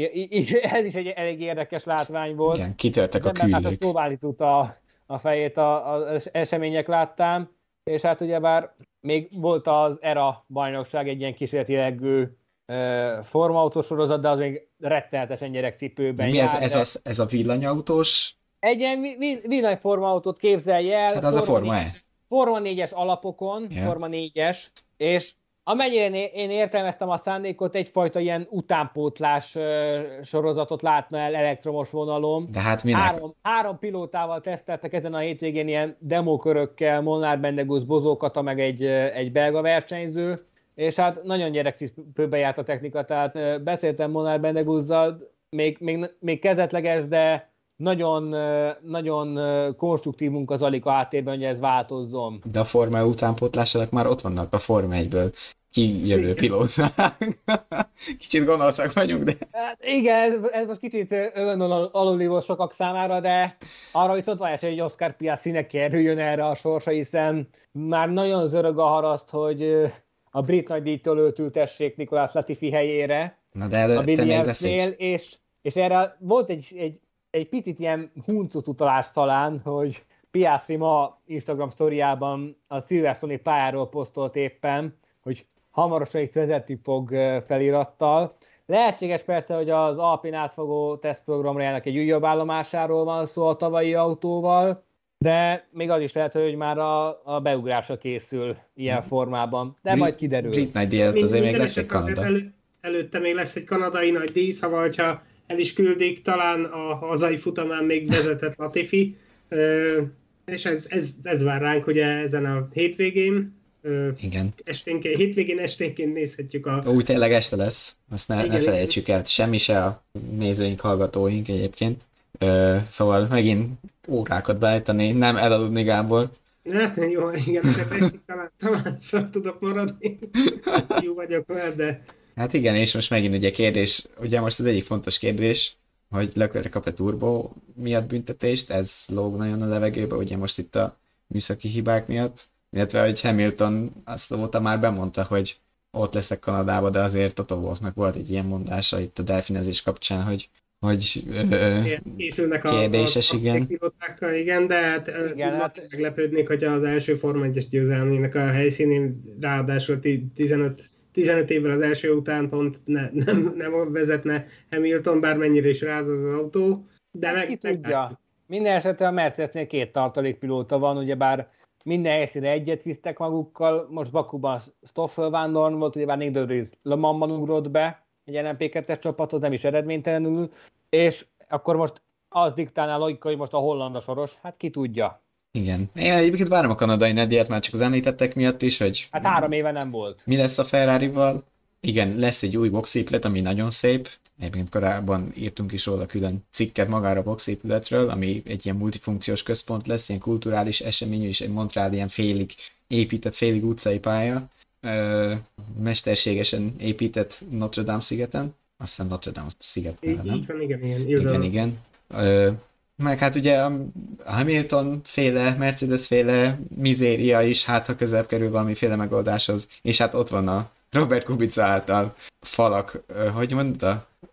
Ez is egy elég érdekes látvány volt. Igen, kitörtek a küllők. Hát próbálni tudta a fejét az események láttán, és hát ugyebár még volt az ERA bajnokság egy ilyen kísérleti jellegű formautósorozat, de az még rettenetesen gyerekcipőben jár. Ez a villanyautós? Egy ilyen villanyformaautót képzelj el. Hát az a Forma E. Forma 4-es alapokon, yeah. Forma 4-es, és amennyire én értelmeztem a szándékot, egyfajta ilyen utánpótlás sorozatot látna el elektromos vonalon. De hát minek? Három pilótával teszteltek ezen a hétvégén ilyen demokörökkel, Molnár Bendegúz, Bozó Kata, meg egy belga versenyző, és hát nagyon gyerekcipőbe járt a technika, tehát beszéltem Molnár Bendegúzzal, még kezdetleges, de nagyon konstruktív munka zajlik a háttérben, hogy ez változzon. De a Forma utánpótlásának már ott vannak a Forma 1-ből kijövő pilóták. Kicsit gonoszak vagyunk, de... Hát igen, ez most kicsit alulívó sokak számára, de arra viszont van esély, hogy Oscar Piastri kerüljön erre a sorsa, hiszen már nagyon zörög a haraszt, hogy a brit nagydíjtól őt ültessék Nicolas Latifi helyére. Na de előtte még lesz és erre volt egy picit ilyen huncut utalás talán, hogy Piastri ma Instagram sztoriában a Silverstone-i pályáról posztolt éppen, hogy hamarosan itt vezetni fog felirattal. Lehetséges persze, hogy az Alpine átfogó tesztprogramjának egy újabb állomásáról van szó a tavalyi autóval, de még az is lehet, hogy már a beugrásra készül ilyen formában. De majd kiderül. Brit nagy díjat azért még lesz egy Kanada. Előtte még lesz egy kanadai nagy díj, szóval hogyha el is küldik, talán a hazai futamán még vezetett Latifi, és ez vár ránk ugye ezen a hétvégén. Igen. Hétvégén esténként nézhetjük a... Úgy tényleg este lesz, azt ne felejtsük el, semmi se a nézőink, hallgatóink egyébként. Szóval megint órákat beállítani, nem elaludni, Gábor. Hát jó, igen, csak estig talán fel tudok maradni. Jó vagyok már, de... Hát igen, és most megint ugye kérdés, ugye most az egyik fontos kérdés, hogy Leclerc kap-e turbo miatt büntetést, ez lóg nagyon a levegőbe, ugye most itt a műszaki hibák miatt, illetve hogy Hamilton azt volta már bemondta, hogy ott leszek Kanadában, de azért Toto Wolffnak volt egy ilyen mondása itt a delfinezés kapcsán, hogy készülnek kérdéses, igen, de hát meglepődnék, hogyha az első Forma 1-es győzelmének a helyszínén, ráadásul 15 évvel az első után pont nem vezetne Hamilton, bármennyire is ráz az autó, de tudja. Minden esetre a Mercedesnél 2 tartalékpilóta van, ugyebár minden helyszínre egyet visztek magukkal, most Bakuban Stoffel Van Dorn volt, ugyebár Nick de Vries Le Mansban ugrott be egy LMP2-es csapathoz, nem is eredménytelenül, és akkor most az diktálná logika, hogy most a holland a soros, hát ki tudja. Igen. Én egyébként várom a kanadai Nediát már csak az említettek miatt is, hogy... Hát 3 éve nem volt. Mi lesz a Ferrarival? Igen, lesz egy új boxépület, ami nagyon szép. Egyébként korábban írtunk is róla külön cikket magára a boxépületről, ami egy ilyen multifunkciós központ lesz, ilyen kulturális eseményű, és egy Montreal ilyen félig épített, félig utcai pálya. Mesterségesen épített Notre Dame szigeten. Azt hiszem Notre Dame sziget. Így van, igen. Meg hát ugye a Hamilton féle, Mercedes féle mizéria is, hát ha közelebb kerül valamiféle megoldáshoz, és hát ott van a Robert Kubica által falak, hogy mondta?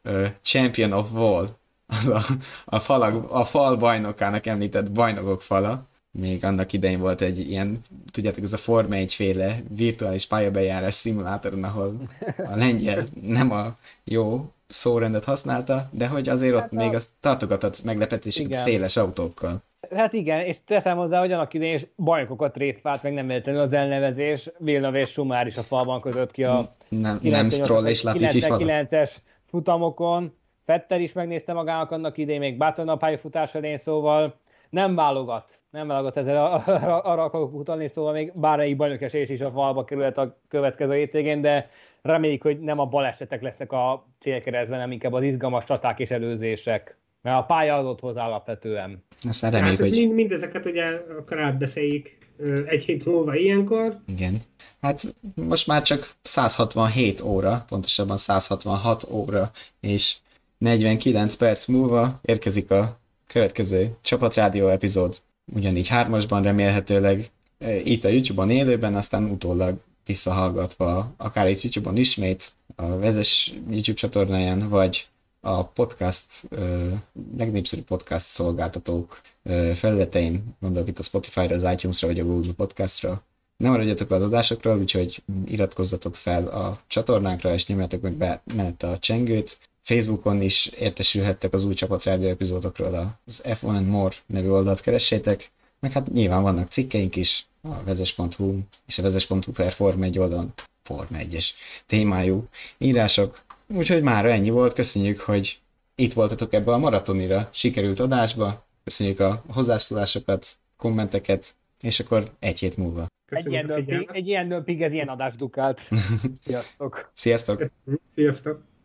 Champion of Wall, az a fal bajnokának említett bajnokok fala. Még annak idején volt egy ilyen, tudjátok, ez a Forma 1-féle virtuális pályabejárás szimulátoron, ahol a lengyel nem a jó szórendet használta, de hogy azért ott még azt tartogatott meglepetéseket széles autókkal. Hát igen, és teszem hozzá, hogy annak idején is bajnokokat tréfált, meg nem véletlenül az elnevezés, Villeneuve és Schumacher is a falban kötött ki a nem Stroll és Latifi fala. 99-es futamokon. Vettel is megnézte magának annak idején, még Button a pályafutás elén, szóval nem válogat ezzel arra akarok utalni, szóval még bármelyik bajnokesés is a falba kerülhet a következő hétvégén, de reméljük, hogy nem a balesetek lesznek a célkeresztben, hanem inkább az izgalmas csaták és előzések. Mert a pálya adott hozzá alapvetően. Aztán reméljük, hogy... Mindezeket ugye akkor átbeszéljük egy hét múlva ilyenkor. Igen. Hát most már csak 167 óra, pontosabban 166 óra és 49 perc múlva érkezik a következő Csapatrádió epizód. Ugyanígy 3-asban remélhetőleg itt a YouTube-on élőben, aztán utólag visszahallgatva akár itt YouTube-on ismét, a Vezes YouTube csatornáján, vagy a podcast, legnépszerűbb podcast szolgáltatók felületein, gondolok itt a Spotify-ra, az iTunes-ra, vagy a Google Podcastra. Ne maradjatok le az adásokról, úgyhogy iratkozzatok fel a csatornánkra, és nyomjátok meg be mellette a csengőt. Facebookon is értesülhettek az új Csapatrádió epizódokról, az F1 More nevű oldalt keressétek, meg hát nyilván vannak cikkeink is, a vezes.hu és a vezes.hu per Forma 1 oldalon, Forma 1-es témájú írások. Úgyhogy mára ennyi volt, köszönjük, hogy itt voltatok ebbe a maratonira, sikerült adásba, köszönjük a hozzászólásokat, kommenteket, és akkor egy hét múlva. Egy ilyen nőpig ez ilyen adás dukált. Sziasztok! Sziasztok! Sziasztok!